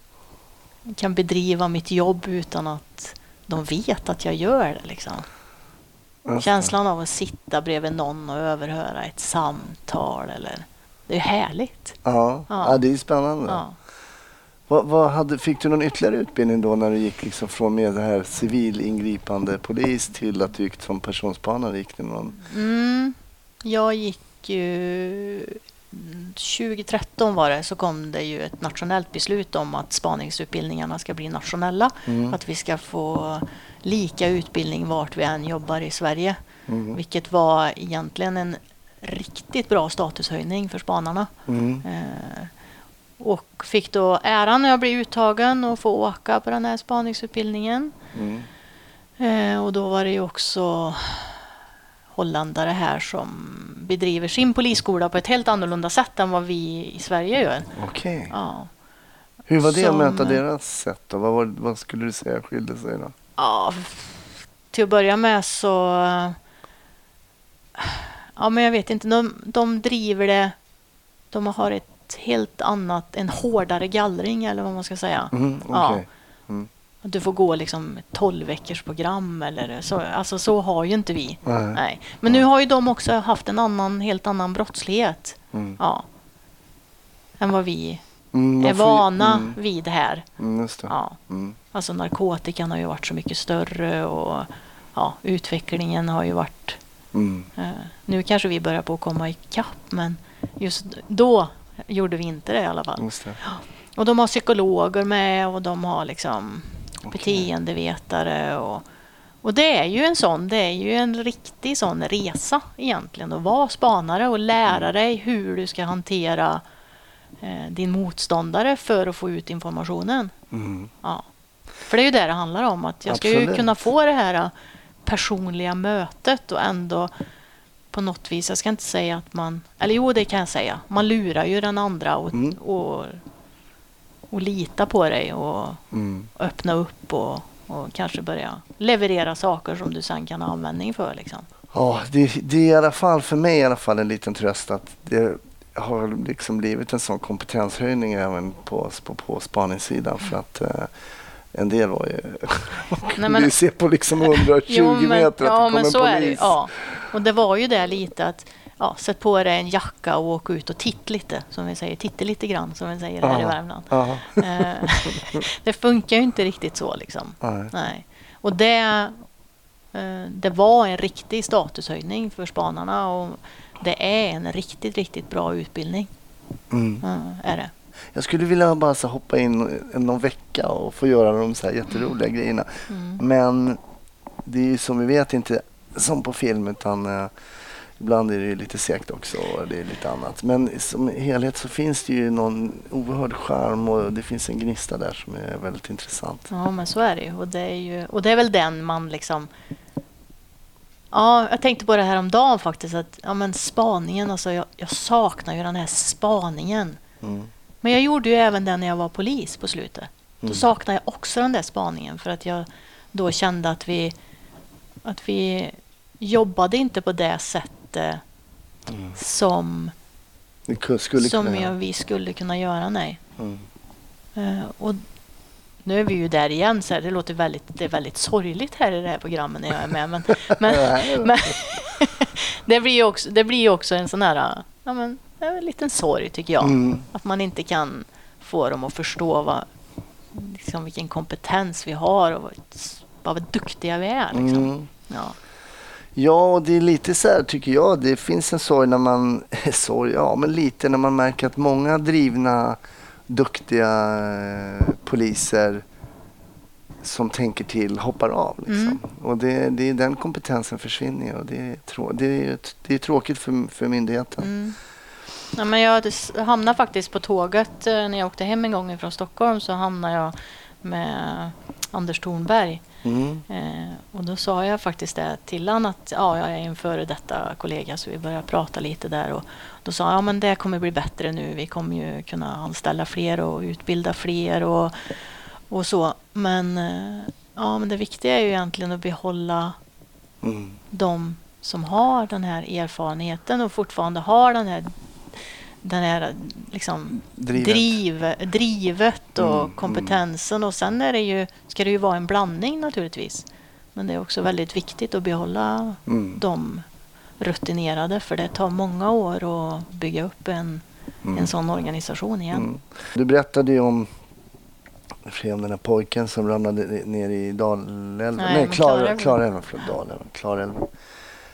[SPEAKER 3] kan bedriva mitt jobb utan att de vet att jag gör det. Liksom.
[SPEAKER 1] Just det.
[SPEAKER 3] Känslan av att sitta bredvid någon och överhöra ett samtal. Eller, det är härligt.
[SPEAKER 1] Ja.
[SPEAKER 3] Ja.
[SPEAKER 1] Ja, det är spännande.
[SPEAKER 3] Ja.
[SPEAKER 1] Vad, vad hade, fick du någon ytterligare utbildning då när du gick liksom från med det här civilingripande polis till att du gick som personspanare? Gick det någon?
[SPEAKER 3] Mm, jag gick ju tjugo-tretton var det, så kom det ju ett nationellt beslut om att spaningsutbildningarna ska bli nationella. Mm. Att vi ska få lika utbildning vart vi än jobbar i Sverige. Mm. Vilket var egentligen en riktigt bra statushöjning för spanarna. Mm. Eh, och fick då äran när jag blev uttagen och få åka på den här spaningsutbildningen. Mm. Eh, och då var det ju också holländare här som bedriver sin polisskola på ett helt annorlunda sätt än vad vi i Sverige gör.
[SPEAKER 1] Okej. Okay.
[SPEAKER 3] Ja.
[SPEAKER 1] Hur var det som, att möta deras sätt då? Vad, var, vad skulle du säga skilde sig då?
[SPEAKER 3] Ja, till att börja med så... Ja, men jag vet inte. De, de driver det... De har ett helt annat... En hårdare gallring, eller vad man ska säga.
[SPEAKER 1] Mm, okay. Ja. Mm.
[SPEAKER 3] Du får gå liksom tolv veckors program eller så. Alltså så har ju inte vi. Nej. Nej. Men nu har ju de också haft en annan, helt annan brottslighet. Mm. Ja. Än vad vi mm, är vana mm. vid här.
[SPEAKER 1] Mm, just det.
[SPEAKER 3] Ja.
[SPEAKER 1] Mm.
[SPEAKER 3] Alltså narkotikan har ju varit så mycket större och ja, utvecklingen har ju varit... Mm. Eh, nu kanske vi börjar på att komma i kapp, men just då gjorde vi inte det i alla fall.
[SPEAKER 1] Just det.
[SPEAKER 3] Och de har psykologer med och de har liksom okay. beteendevetare och, och det är ju en sån, det är ju en riktig sån resa egentligen att vara spanare och lära dig hur du ska hantera eh, din motståndare för att få ut informationen. Mm. Ja. För det är ju det det handlar om, att jag ska Absolut. ju kunna få det här personliga mötet och ändå på något vis, jag ska inte säga att man, eller jo det kan jag säga, man lurar ju den andra och, mm. och och lita på dig och mm. öppna upp och, och kanske börja leverera saker som du sen kan ha användning för. Liksom.
[SPEAKER 1] Ja, det, det är i alla fall för mig i alla fall en liten tröst att det har liksom blivit en sån kompetenshöjning även på, på, på spaningssidan för att eh, en del var ju
[SPEAKER 3] Nej, men,
[SPEAKER 1] du ser på liksom hundratjugo jo, men, meter att
[SPEAKER 3] ja,
[SPEAKER 1] det kommer
[SPEAKER 3] men så
[SPEAKER 1] polis.
[SPEAKER 3] Är det, ja. Och det var ju det lite att ja, sätt på dig en jacka och åk ut och titt lite, som vi säger, titta lite grann, som vi säger här i Värmland. Det funkar ju inte riktigt så liksom. Nej. Nej. Och det, det var en riktig statushöjning för spanarna och det är en riktigt, riktigt bra utbildning. Mm. Är det.
[SPEAKER 1] Jag skulle vilja bara så hoppa in någon vecka och få göra de så här jätteroliga mm. grejerna. Mm. Men det är ju som vi vet inte som på film, utan ibland är det lite segt också och det är lite annat. Men som helhet så finns det ju någon oerhörd charm och det finns en gnista där som är väldigt intressant.
[SPEAKER 3] Ja, men så är det ju. Och det är, ju, och det är väl den man liksom... Ja, jag tänkte på det här om dagen faktiskt. Att, ja, men spaningen, alltså jag, jag saknar ju den här spaningen. Mm. Men jag gjorde ju även den när jag var polis på slutet. Då mm. saknar jag också den där spaningen för att jag då kände att vi, att vi jobbade inte på det sättet Mm. som,
[SPEAKER 1] skulle
[SPEAKER 3] som
[SPEAKER 1] kunna
[SPEAKER 3] jag, vi skulle kunna göra, nej. Mm. Uh, och nu är vi ju där igen, så här, det låter väldigt, det är väldigt sorgligt här i det här programmet när jag är med, men, men, men det blir ju också, det blir ju också en sån här, ja, men, en liten sorg tycker jag, mm. att man inte kan få dem att förstå vad, liksom, vilken kompetens vi har och vad, vad duktiga vi är liksom. Mm. Ja.
[SPEAKER 1] Ja, och det är lite så här tycker jag. Det finns en sorg när man... sorg, ja, men lite när man märker att många drivna, duktiga eh, poliser som tänker till hoppar av. Liksom. Mm. Och det, det är den kompetensen försvinner och det är, trå- det är, det är tråkigt för, för myndigheten. Mm.
[SPEAKER 3] Ja, men jag hamnade faktiskt på tåget när jag åkte hem en gång från Stockholm, så hamnade jag med Anders Thornberg. Mm. Eh, och då sa jag faktiskt det till han att ja, jag är en före detta kollega, så vi började prata lite där och då sa jag, ja men det kommer bli bättre nu, vi kommer ju kunna anställa fler och utbilda fler och, och så, men eh, ja men det viktiga är ju egentligen att behålla mm. de som har den här erfarenheten och fortfarande har den här den här liksom drivet, driv, drivet och mm, kompetensen mm. och sen är det ju, ska det ju vara en blandning naturligtvis, men det är också väldigt viktigt att behålla mm. de rutinerade, för det tar många år att bygga upp en, mm. en sån organisation igen. Mm.
[SPEAKER 1] Du berättade ju om om den här pojken som ramlade ner i Dalälven, nej, nej Klarälven, Klarälven, Dalälven, Klarälven.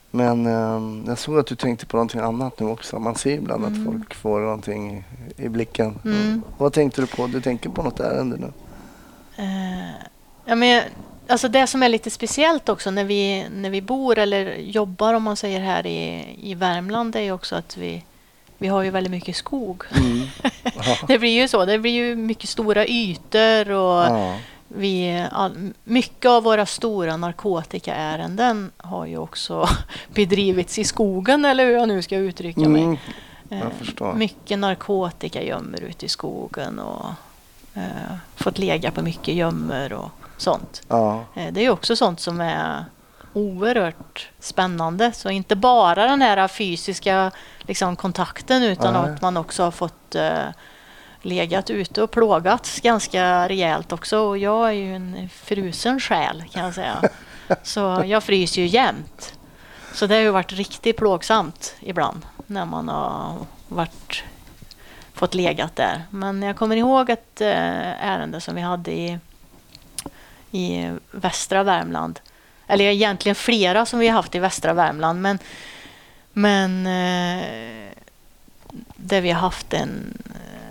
[SPEAKER 1] Men eh, jag såg att du tänkte på någonting annat nu också. Man ser ibland
[SPEAKER 3] Mm.
[SPEAKER 1] att folk får någonting i, i blicken.
[SPEAKER 3] Mm.
[SPEAKER 1] Vad tänkte du på? Du tänker på något ärende nu?
[SPEAKER 3] Eh, ja, men, alltså det som är lite speciellt också när vi, när vi bor eller jobbar, om man säger, här i, i Värmland, är ju också att vi, vi har ju väldigt mycket skog.
[SPEAKER 1] Mm.
[SPEAKER 3] Det blir ju så. Det blir ju mycket stora ytor och
[SPEAKER 1] Ja.
[SPEAKER 3] vi, all, mycket av våra stora narkotikaärenden har ju också bedrivits i skogen, eller hur jag nu ska uttrycka mig.
[SPEAKER 1] Mm. Jag
[SPEAKER 3] Eh,
[SPEAKER 1] förstår.
[SPEAKER 3] mycket narkotika gömmer ute i skogen och eh, fått lägga på mycket gömmer och sånt.
[SPEAKER 1] Ja.
[SPEAKER 3] Eh, det är ju också sånt som är oerhört spännande. Så inte bara den här fysiska liksom, kontakten, utan
[SPEAKER 1] Nej.
[SPEAKER 3] att man också har fått eh, legat ute och plågats ganska rejält också. Och jag är ju en frusen själ, kan jag säga. Så jag fryser ju jämt. Så det har ju varit riktigt plågsamt ibland när man har varit, fått legat där. Men jag kommer ihåg ett eh, ärende som vi hade i, i västra Värmland. Eller egentligen flera som vi har haft i västra Värmland. Men, men eh, där vi har haft en,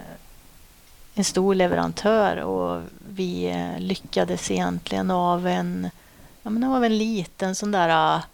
[SPEAKER 3] en stor leverantör och vi eh, lyckades egentligen av en, ja, men det var en liten sån där uh,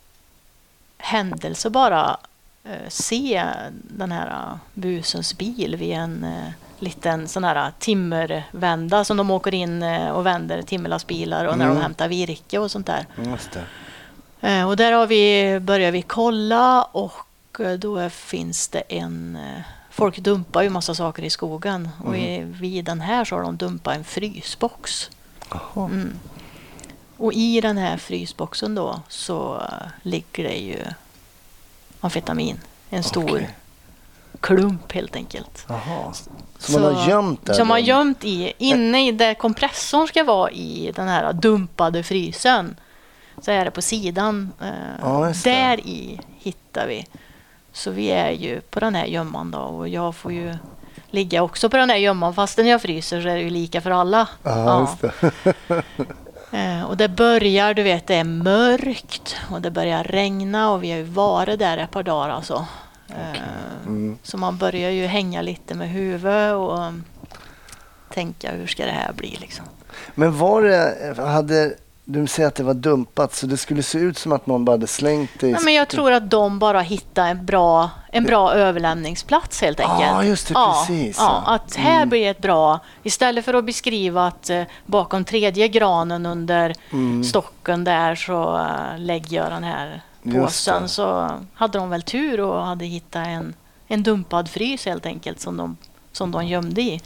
[SPEAKER 3] händelse bara uh, se den här uh, busens bil vid en uh, liten sån här uh, timmervända som de åker in uh, och vänder timmerlastbilar och när
[SPEAKER 1] Mm.
[SPEAKER 3] de hämtar virke och sånt där.
[SPEAKER 1] Just det.
[SPEAKER 3] Uh, och där har vi, börjar vi kolla och uh, då finns det en... Uh, folk dumpar ju massa saker i skogen och i, vid den här så har de dumpat en frysbox.
[SPEAKER 1] Jaha.
[SPEAKER 3] Mm. Och i den här frysboxen då så uh, ligger det ju amfetamin. En stor
[SPEAKER 1] Okej.
[SPEAKER 3] klump helt enkelt.
[SPEAKER 1] Jaha. Så, man har gömt det?
[SPEAKER 3] Som
[SPEAKER 1] då?
[SPEAKER 3] har gömt i, inne i där kompressorn ska vara i den här dumpade frysen. Så är det på sidan. Uh,
[SPEAKER 1] Ja, just det.
[SPEAKER 3] där i hittar vi. Så vi är ju på den här gömman då och jag får ju ligga också på den här gömman. Fastän jag fryser så är det ju lika för alla.
[SPEAKER 1] Ja, just det.
[SPEAKER 3] Eh, och det börjar, du vet, det är mörkt och det börjar regna och vi har ju varit där ett par dagar alltså. Eh,
[SPEAKER 1] Mm.
[SPEAKER 3] Så man börjar ju hänga lite med huvudet och um, tänka hur ska det här bli liksom.
[SPEAKER 1] Men var det, hade, du säger att det var dumpat så det skulle se ut som att någon bara hade slängt det i...
[SPEAKER 3] Ja, men jag tror att de bara hittar en bra, en bra överlämningsplats helt enkelt.
[SPEAKER 1] Ja, just det,
[SPEAKER 3] ja,
[SPEAKER 1] precis.
[SPEAKER 3] Ja, att här
[SPEAKER 1] Mm.
[SPEAKER 3] blir ett bra, istället för att beskriva att eh, bakom tredje granen under
[SPEAKER 1] Mm.
[SPEAKER 3] stocken där så eh, lägger jag den här
[SPEAKER 1] Just
[SPEAKER 3] påsen,
[SPEAKER 1] det.
[SPEAKER 3] så hade de väl tur och hade hittat en, en dumpad frys helt enkelt som de, som de gömde i.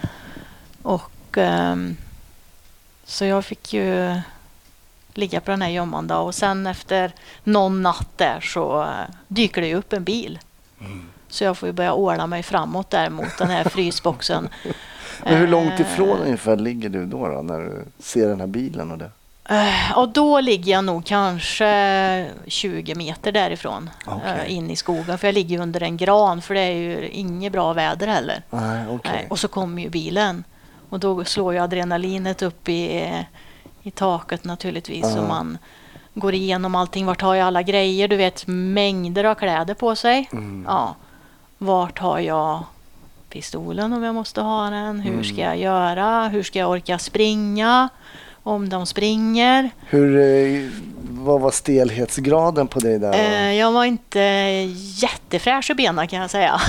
[SPEAKER 3] Och ehm, så jag fick ju ligga på den här gömman då. Och sen efter någon natt där så uh, dyker det ju upp en bil.
[SPEAKER 1] Mm.
[SPEAKER 3] Så jag får ju börja ordna mig framåt där mot den här frysboxen.
[SPEAKER 1] Men hur långt
[SPEAKER 3] Eh,
[SPEAKER 1] ifrån ungefär ligger du då, då när du ser den här bilen och det?
[SPEAKER 3] eh, och då ligger jag nog kanske tjugo meter därifrån.
[SPEAKER 1] Okej.
[SPEAKER 3] eh, in i skogen. För jag ligger ju under en gran för det är ju inget bra väder heller.
[SPEAKER 1] Nej, okej.
[SPEAKER 3] Nej, och så kommer ju bilen. Och då slår ju adrenalinet upp i, i taket naturligtvis.
[SPEAKER 1] Ja.
[SPEAKER 3] Och man går igenom allting. Vart har jag alla grejer? Du vet, mängder av kläder på sig.
[SPEAKER 1] Mm.
[SPEAKER 3] Ja. Vart har jag pistolen om jag måste ha den? Hur ska
[SPEAKER 1] Mm.
[SPEAKER 3] jag göra? Hur ska jag orka springa? Om de springer.
[SPEAKER 1] Hur, eh, vad var stelhetsgraden på dig där?
[SPEAKER 3] Eh, jag var inte jättefräsch i benen kan jag säga.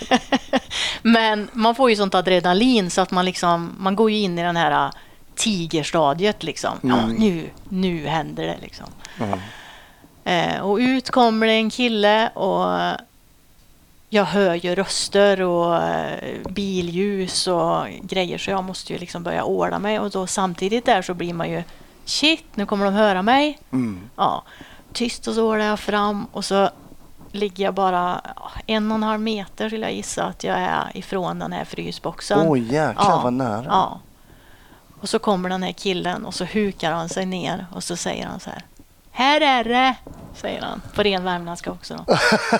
[SPEAKER 3] Men man får ju sånt adrenalin så att man liksom, man går ju in i den här uh, tigerstadiet liksom. Ja,
[SPEAKER 1] Mm.
[SPEAKER 3] nu, nu händer det liksom.
[SPEAKER 1] Ja.
[SPEAKER 3] Eh, och ut kommer det en kille och jag hör ju röster och eh, billjus och grejer så jag måste ju liksom börja ordna mig och då samtidigt där så blir man ju shit, nu kommer de höra mig.
[SPEAKER 1] Mm.
[SPEAKER 3] Ja, tyst och så ordnar jag fram och så ligger jag bara ja, en och en halv meter skulle jag gissa att jag är ifrån den här frysboxen.
[SPEAKER 1] Oj, jäklar
[SPEAKER 3] Ja,
[SPEAKER 1] vad nära.
[SPEAKER 3] Ja. Och så kommer den här killen och så hukar han sig ner och så säger han så här: här är det, säger han. På ren värmländska också då.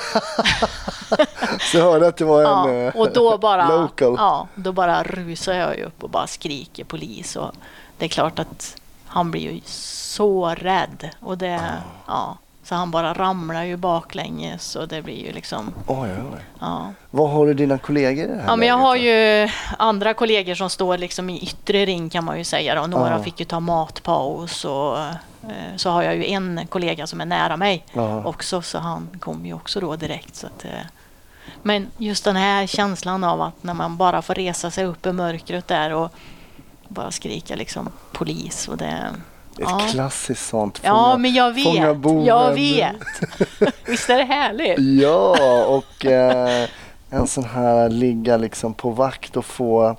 [SPEAKER 1] Så jag hörde att det var en
[SPEAKER 3] Ja,
[SPEAKER 1] eh,
[SPEAKER 3] och då bara,
[SPEAKER 1] local.
[SPEAKER 3] ja, då bara rusar jag ju upp och bara skriker polis. Och det är klart att han blir ju så rädd. Och det, ja, Så han bara ramlar ju baklänges och det blir ju liksom...
[SPEAKER 1] Oj, oj.
[SPEAKER 3] Ja.
[SPEAKER 1] Vad har du dina kollegor i det här
[SPEAKER 3] Ja, men jag
[SPEAKER 1] läget,
[SPEAKER 3] har
[SPEAKER 1] då?
[SPEAKER 3] ju andra kollegor som står liksom i yttre ring kan man ju säga. Då. Några
[SPEAKER 1] Ja.
[SPEAKER 3] fick ju ta matpaus och eh, så har jag ju en kollega som är nära mig
[SPEAKER 1] Ja.
[SPEAKER 3] också. Så han kom ju också då direkt. Så att, eh, men just den här känslan av att när man bara får resa sig upp i mörkret där och bara skrika liksom polis och det...
[SPEAKER 1] Ett
[SPEAKER 3] ja.
[SPEAKER 1] klassiskt sånt.
[SPEAKER 3] Ja,
[SPEAKER 1] fånga-
[SPEAKER 3] men jag
[SPEAKER 1] fånga
[SPEAKER 3] vet.
[SPEAKER 1] boven.
[SPEAKER 3] Jag vet. Visst är det härligt?
[SPEAKER 1] Ja, och eh, en sån här ligga liksom på vakt och få,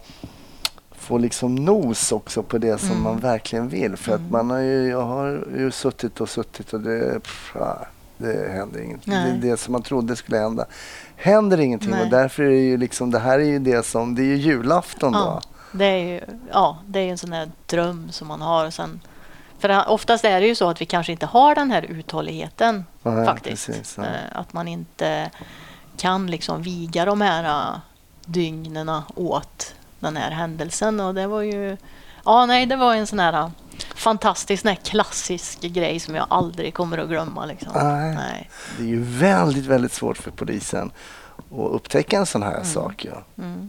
[SPEAKER 1] få liksom nos också på det som
[SPEAKER 3] Mm.
[SPEAKER 1] man verkligen vill. För att man har ju, jag har ju suttit och suttit och det, pff, ja, det händer ingenting.
[SPEAKER 3] Nej.
[SPEAKER 1] Det, det som man trodde skulle hända händer ingenting.
[SPEAKER 3] Nej.
[SPEAKER 1] Och därför är det ju liksom, det här är ju det som, det är ju julafton då.
[SPEAKER 3] Ja, det är ju ja, det är en sån här dröm som man har. Och sen, för oftast är det ju så att vi kanske inte har den här uthålligheten
[SPEAKER 1] Nej,
[SPEAKER 3] faktiskt.
[SPEAKER 1] precis, ja.
[SPEAKER 3] Eh, Att man inte kan liksom viga de här eh, dygnerna åt den här händelsen. Och det var ju, ja nej, det var en sån här eh, fantastisk, sån här klassisk grej som jag aldrig kommer att glömma. Liksom.
[SPEAKER 1] Nej.
[SPEAKER 3] Nej.
[SPEAKER 1] Det är ju väldigt, väldigt svårt för polisen att upptäcka en sån här sak. Ja.
[SPEAKER 3] Mm.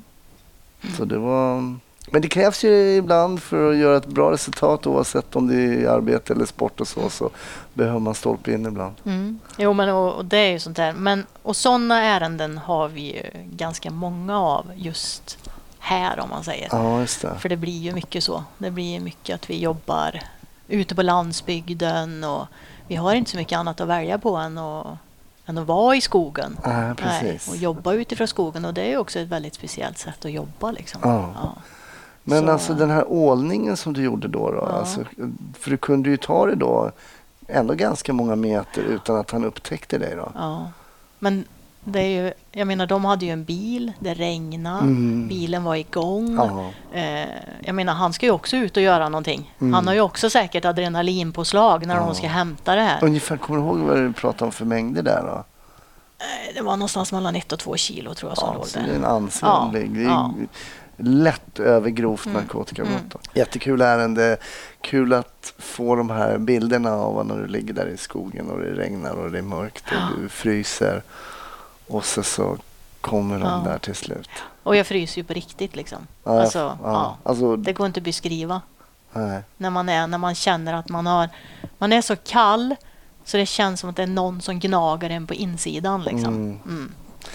[SPEAKER 1] Så det var... Men det krävs ju ibland för att göra ett bra resultat oavsett om det är arbete eller sport och så, så behöver man stolpa in ibland.
[SPEAKER 3] Mm. Jo, men och, och det är ju sånt där. Men, och sådana ärenden har vi ju ganska många av just här om man säger.
[SPEAKER 1] Ja, just det.
[SPEAKER 3] För det blir ju mycket så. Det blir ju mycket att vi jobbar ute på landsbygden och vi har inte så mycket annat att välja på än att, än att vara i skogen.
[SPEAKER 1] Ja, precis.
[SPEAKER 3] Nej, och jobba utifrån skogen och det är ju också ett väldigt speciellt sätt att jobba liksom.
[SPEAKER 1] Ja.
[SPEAKER 3] Ja.
[SPEAKER 1] Men
[SPEAKER 3] Så-
[SPEAKER 1] alltså den här ålningen som du gjorde då, då
[SPEAKER 3] Ja.
[SPEAKER 1] alltså, för du kunde ju ta det då ändå ganska många meter utan att han upptäckte dig då.
[SPEAKER 3] Ja. Men det är ju, jag menar de hade ju en bil, det regnade,
[SPEAKER 1] Mm.
[SPEAKER 3] bilen var igång.
[SPEAKER 1] Ja.
[SPEAKER 3] Eh, jag menar han ska ju också ut och göra någonting.
[SPEAKER 1] Mm.
[SPEAKER 3] Han har ju också säkert adrenalinpåslag när
[SPEAKER 1] Ja.
[SPEAKER 3] de ska hämta det här.
[SPEAKER 1] Ungefär, kommer du ihåg vad du pratade om för mängder där då?
[SPEAKER 3] Eh, Det var någonstans mellan ett och två kilo tror jag som
[SPEAKER 1] Ja,
[SPEAKER 3] låg
[SPEAKER 1] så det är
[SPEAKER 3] där.
[SPEAKER 1] en ansenlig.
[SPEAKER 3] Ja,
[SPEAKER 1] Det är
[SPEAKER 3] ja.
[SPEAKER 1] lätt över grovt
[SPEAKER 3] Mm.
[SPEAKER 1] narkotikabrott.
[SPEAKER 3] Mm.
[SPEAKER 1] Jättekul ärende. Kul att få de här bilderna av när du ligger där i skogen och det regnar och det är mörkt och
[SPEAKER 3] Ja.
[SPEAKER 1] du fryser. Och så, så kommer de
[SPEAKER 3] Ja.
[SPEAKER 1] där till slut.
[SPEAKER 3] Och jag fryser ju på riktigt liksom.
[SPEAKER 1] Ja,
[SPEAKER 3] Alltså,
[SPEAKER 1] ja.
[SPEAKER 3] ja.
[SPEAKER 1] Alltså,
[SPEAKER 3] Det går inte att beskriva.
[SPEAKER 1] nej.
[SPEAKER 3] När man, är, när man känner att man har man är så kall så det känns som att det är någon som gnager en på insidan. Liksom.
[SPEAKER 1] Mm.
[SPEAKER 3] Mm.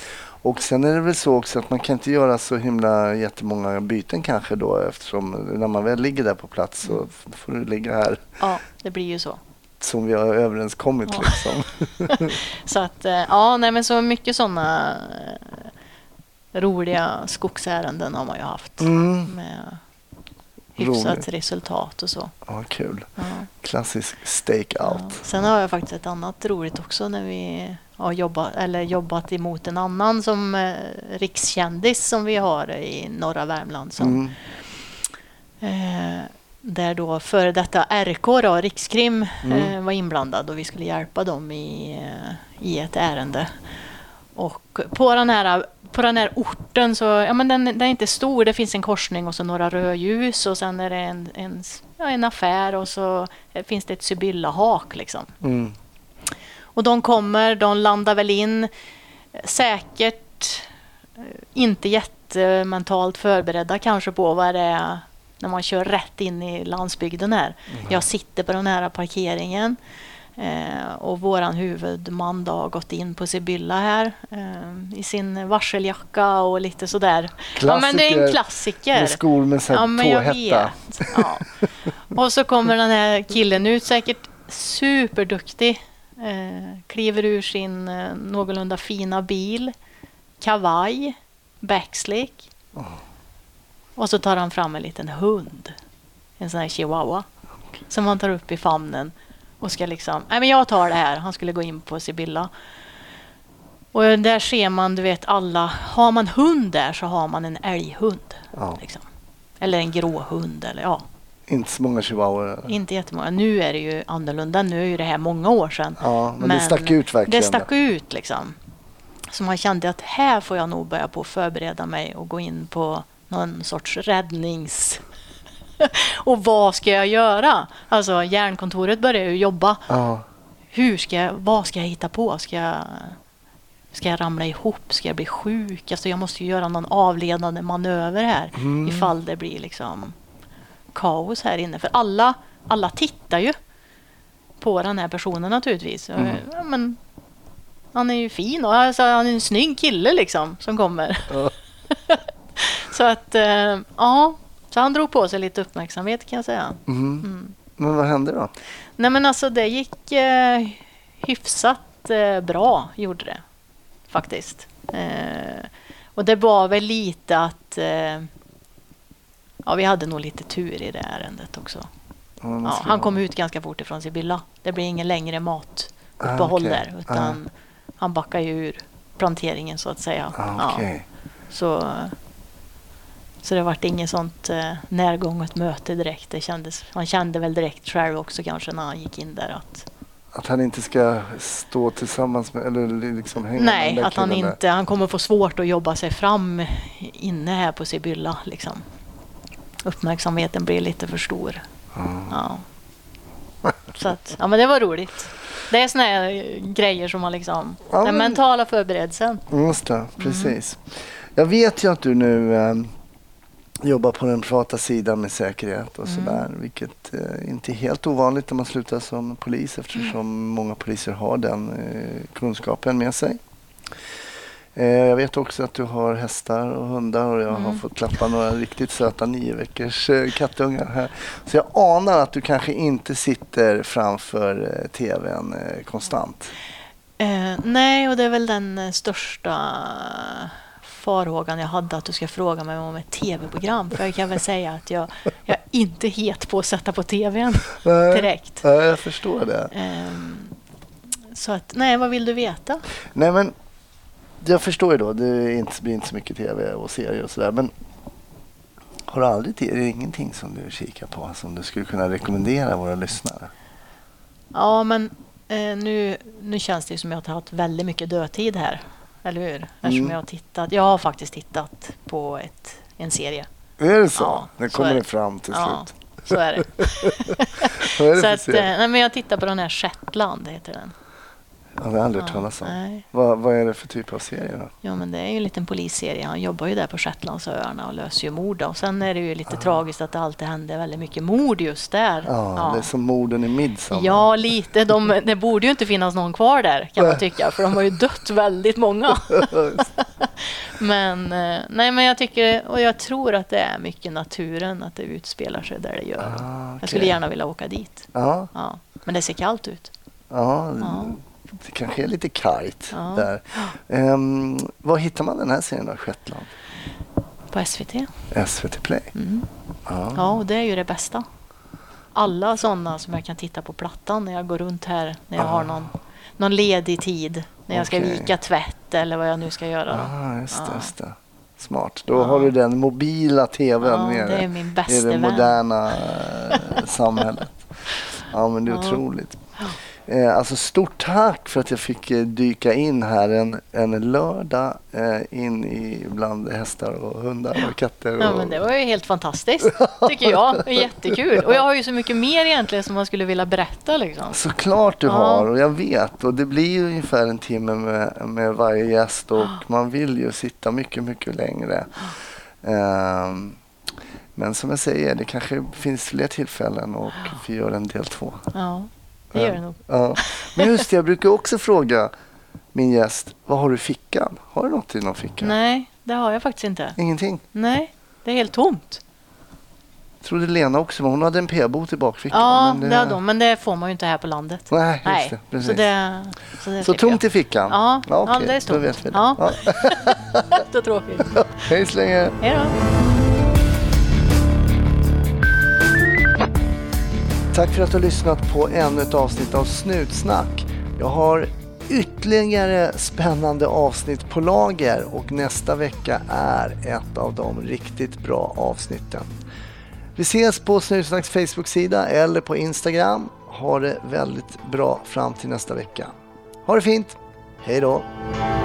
[SPEAKER 1] Och sen är det väl så också att man kan inte göra så himla jättemånga byten kanske då, eftersom när man väl ligger där på plats så
[SPEAKER 3] Mm.
[SPEAKER 1] f- får du ligga här
[SPEAKER 3] Ja, det blir ju så.
[SPEAKER 1] som vi har överenskommit
[SPEAKER 3] Ja.
[SPEAKER 1] liksom.
[SPEAKER 3] Så att, eh, ja, nej men så mycket sådana eh, roliga skogsärenden har man ju haft
[SPEAKER 1] Mm.
[SPEAKER 3] med hyfsat
[SPEAKER 1] Roligt.
[SPEAKER 3] resultat och så.
[SPEAKER 1] Ja, kul.
[SPEAKER 3] Ja.
[SPEAKER 1] Klassisk stakeout.
[SPEAKER 3] Ja. Sen har jag faktiskt ett annat roligt också när vi har jobbat, eller jobbat emot en annan som eh, rikskändis som vi har i norra Värmland som
[SPEAKER 1] Mm.
[SPEAKER 3] eh, där då före detta R K då, Rikskrim
[SPEAKER 1] Mm.
[SPEAKER 3] eh, var inblandad och vi skulle hjälpa dem i, eh, i ett ärende. Och på den här, på den här orten så, ja men den, den är inte stor, det finns en korsning och så några rödljus och sen är det en, en, ja, en affär och så finns det ett Sibylla-hak liksom.
[SPEAKER 1] Mm.
[SPEAKER 3] Och de kommer, de landar väl in säkert eh, inte jättementalt förberedda kanske på vad det är när man kör rätt in i landsbygden här. Jag sitter på den här parkeringen eh, och våran huvudman då har gått in på Sibylla här eh, i sin varseljacka och lite sådär. Ja, men det är en klassiker.
[SPEAKER 1] Med skor med så här
[SPEAKER 3] Ja, men jag
[SPEAKER 1] tåhätta.
[SPEAKER 3] vet. Ja. Och så kommer den här killen ut, säkert superduktig. Eh, kliver ur sin eh, någorlunda fina bil, kavaj, backslick. Och så tar han fram en liten hund. En sån här chihuahua. Som han tar upp i famnen. Och ska liksom, nej men jag tar det här. Han skulle gå in på Sibylla. Och där ser man, du vet alla. Har man hund där så har man en älghund.
[SPEAKER 1] Ja.
[SPEAKER 3] Liksom. Eller en grå hund. Eller, ja,
[SPEAKER 1] Inte så många chihuahuor.
[SPEAKER 3] inte jättemånga. Nu är det ju annorlunda. Nu är ju det här många år sedan.
[SPEAKER 1] Ja, men, det stack ut verkligen.
[SPEAKER 3] Det stack ut liksom. Så man kände att här får jag nog börja på att förbereda mig och gå in på någon sorts räddnings... och vad ska jag göra? Alltså järnkontoret börjar ju jobba.
[SPEAKER 1] Ja.
[SPEAKER 3] hur ska jag, vad ska jag hitta på? Ska jag, ska jag ramla ihop? Ska jag bli sjuk? Alltså jag måste ju göra någon avledande manöver här mm. ifall det blir liksom kaos här inne. För alla, alla tittar ju på den här personen naturligtvis. Mm. Ja, men han är ju fin och alltså, han är en snygg kille liksom som kommer. Ja. Så att, eh, ja, så han drog på sig lite uppmärksamhet kan jag säga.
[SPEAKER 1] Mm. Mm. Men vad hände då?
[SPEAKER 3] Nej men alltså det gick eh, hyfsat eh, bra, gjorde det faktiskt. Eh, och det var väl lite att eh, ja, vi hade nog lite tur i det ärendet också. Ja, ja, han kom ut ganska fort ifrån Sibylla. Det blir ingen längre matuppehåll ah, okay. där utan ah. han backar ju ur planteringen så att säga.
[SPEAKER 1] Ah, okay.
[SPEAKER 3] Ja. Så Så det varit inget sånt eh, närgånget möte direkt. Det kändes, han kände väl direkt själv också kanske när han gick in där att...
[SPEAKER 1] Att han inte ska stå tillsammans med, eller liksom hänga
[SPEAKER 3] Nej,
[SPEAKER 1] med
[SPEAKER 3] att han inte, där. Han kommer få svårt att jobba sig fram inne här på Sibylla liksom. Uppmärksamheten blir lite för stor. Mm. Ja. Så att, ja men det var roligt. Det är såna här grejer som man liksom, ja, den men, mentala förberedelsen.
[SPEAKER 1] Just det, precis. Mm. Jag vet ju att du nu eh, jobbar på den privata sidan med säkerhet och mm. sådär. Vilket eh, inte är helt ovanligt när man slutar som polis eftersom mm. många poliser har den eh, kunskapen med sig. Eh, jag vet också att du har hästar och hundar och jag mm. har fått klappa några riktigt söta nio veckors eh, kattungar här. Så jag anar att du kanske inte sitter framför eh, tvn eh, konstant.
[SPEAKER 3] Eh, nej, och det är väl den eh, största farhågan jag hade att du ska fråga mig om ett tv-program. För jag kan väl säga att jag, jag är inte het på att sätta på tvn
[SPEAKER 1] nej,
[SPEAKER 3] direkt.
[SPEAKER 1] Nej, jag förstår det.
[SPEAKER 3] Eh, så att, nej, vad vill du veta?
[SPEAKER 1] Nej, men jag förstår ju då, det inte, blir inte så mycket tv och serier och sådär, men har du aldrig, är det ingenting som du kikar på som du skulle kunna rekommendera våra lyssnare?
[SPEAKER 3] Ja, men eh, nu, nu känns det som att jag har haft väldigt mycket dödtid här, eller hur? Eftersom mm. jag har tittat, jag har faktiskt tittat på ett, en serie.
[SPEAKER 1] Är det så?
[SPEAKER 3] Ja,
[SPEAKER 1] nu kommer det fram till
[SPEAKER 3] ja,
[SPEAKER 1] slut.
[SPEAKER 3] Så är det.
[SPEAKER 1] Vad är det
[SPEAKER 3] så
[SPEAKER 1] för
[SPEAKER 3] att,
[SPEAKER 1] serie?
[SPEAKER 3] nej, men jag tittar på den här Shetland, heter den.
[SPEAKER 1] Ja, det har aldrig hört talas om. Vad, vad är det för typ av serie då?
[SPEAKER 3] Ja, men det är ju en liten polisserie. Han jobbar ju där på Shetlandsöarna och löser ju mord. Och sen är det ju lite ah. tragiskt att det alltid händer väldigt mycket mord just där.
[SPEAKER 1] Ja, ja. Det är som morden i Midsommar.
[SPEAKER 3] Ja, lite. De, det borde ju inte finnas någon kvar där kan man tycka. För de har ju dött väldigt många. men, nej, men jag tycker, och jag tror att det är mycket naturen att det utspelar sig där det gör. Ah, okay. Jag skulle gärna vilja åka dit.
[SPEAKER 1] Ah.
[SPEAKER 3] Ja, men det ser kallt ut.
[SPEAKER 1] Ja, ja. Det kanske är lite kajt ja. där. Um, vad hittar man den här serien då, Shetland?
[SPEAKER 3] På S V T.
[SPEAKER 1] S V T Play?
[SPEAKER 3] Mm. Ja. ja, och det är ju det bästa. Alla sådana som jag kan titta på plattan när jag går runt här, när jag ah. har någon, någon ledig tid. När jag okay. ska vika tvätt eller vad jag nu ska göra. Då.
[SPEAKER 1] Ah, just det, ja. just det. Smart. Då ja. har du den mobila tvn
[SPEAKER 3] ja,
[SPEAKER 1] med
[SPEAKER 3] det är min bästa i
[SPEAKER 1] det
[SPEAKER 3] vän.
[SPEAKER 1] moderna samhället. Ja, men det är ja. otroligt. Eh, alltså stort tack för att jag fick eh, dyka in här en, en lördag eh, in i bland hästar och hundar och katter. Och...
[SPEAKER 3] Ja, men det var ju helt fantastiskt, tycker jag. Jättekul. Och jag har ju så mycket mer egentligen som man skulle vilja berätta. Liksom.
[SPEAKER 1] Såklart du
[SPEAKER 3] ja.
[SPEAKER 1] har, och jag vet. Och det blir ju ungefär en timme med, med varje gäst och man vill ju sitta mycket, mycket längre. Eh, men som jag säger, det kanske finns fler tillfällen och vi gör en del två.
[SPEAKER 3] Ja. Det gör det nog.
[SPEAKER 1] Ja. Men just det, jag brukar också fråga min gäst, vad har du i fickan? Har du något i någon ficka?
[SPEAKER 3] Nej, det har jag faktiskt inte.
[SPEAKER 1] Ingenting?
[SPEAKER 3] Nej, det är helt tomt.
[SPEAKER 1] Jag trodde Lena också, men hon hade en p-bot i bakfickan.
[SPEAKER 3] Ja,
[SPEAKER 1] men det...
[SPEAKER 3] det har de, men det får man ju inte här på landet.
[SPEAKER 1] Nej, just
[SPEAKER 3] Nej.
[SPEAKER 1] det. Precis.
[SPEAKER 3] Så, det, så, det
[SPEAKER 1] så tomt
[SPEAKER 3] jag.
[SPEAKER 1] i fickan?
[SPEAKER 3] Ja,
[SPEAKER 1] ja, okay.
[SPEAKER 3] ja det är tomt.
[SPEAKER 1] Då vet vi det.
[SPEAKER 3] Ja.
[SPEAKER 1] Ja.
[SPEAKER 3] Det är tråkigt.
[SPEAKER 1] Hej så länge.
[SPEAKER 3] Hej då.
[SPEAKER 1] Tack för att du har lyssnat på ännu ett avsnitt av Snutsnack. Jag har ytterligare spännande avsnitt på lager och nästa vecka är ett av de riktigt bra avsnitten. Vi ses på Snutsnacks Facebook-sida eller på Instagram. Ha det väldigt bra fram till nästa vecka. Ha det fint. Hej då!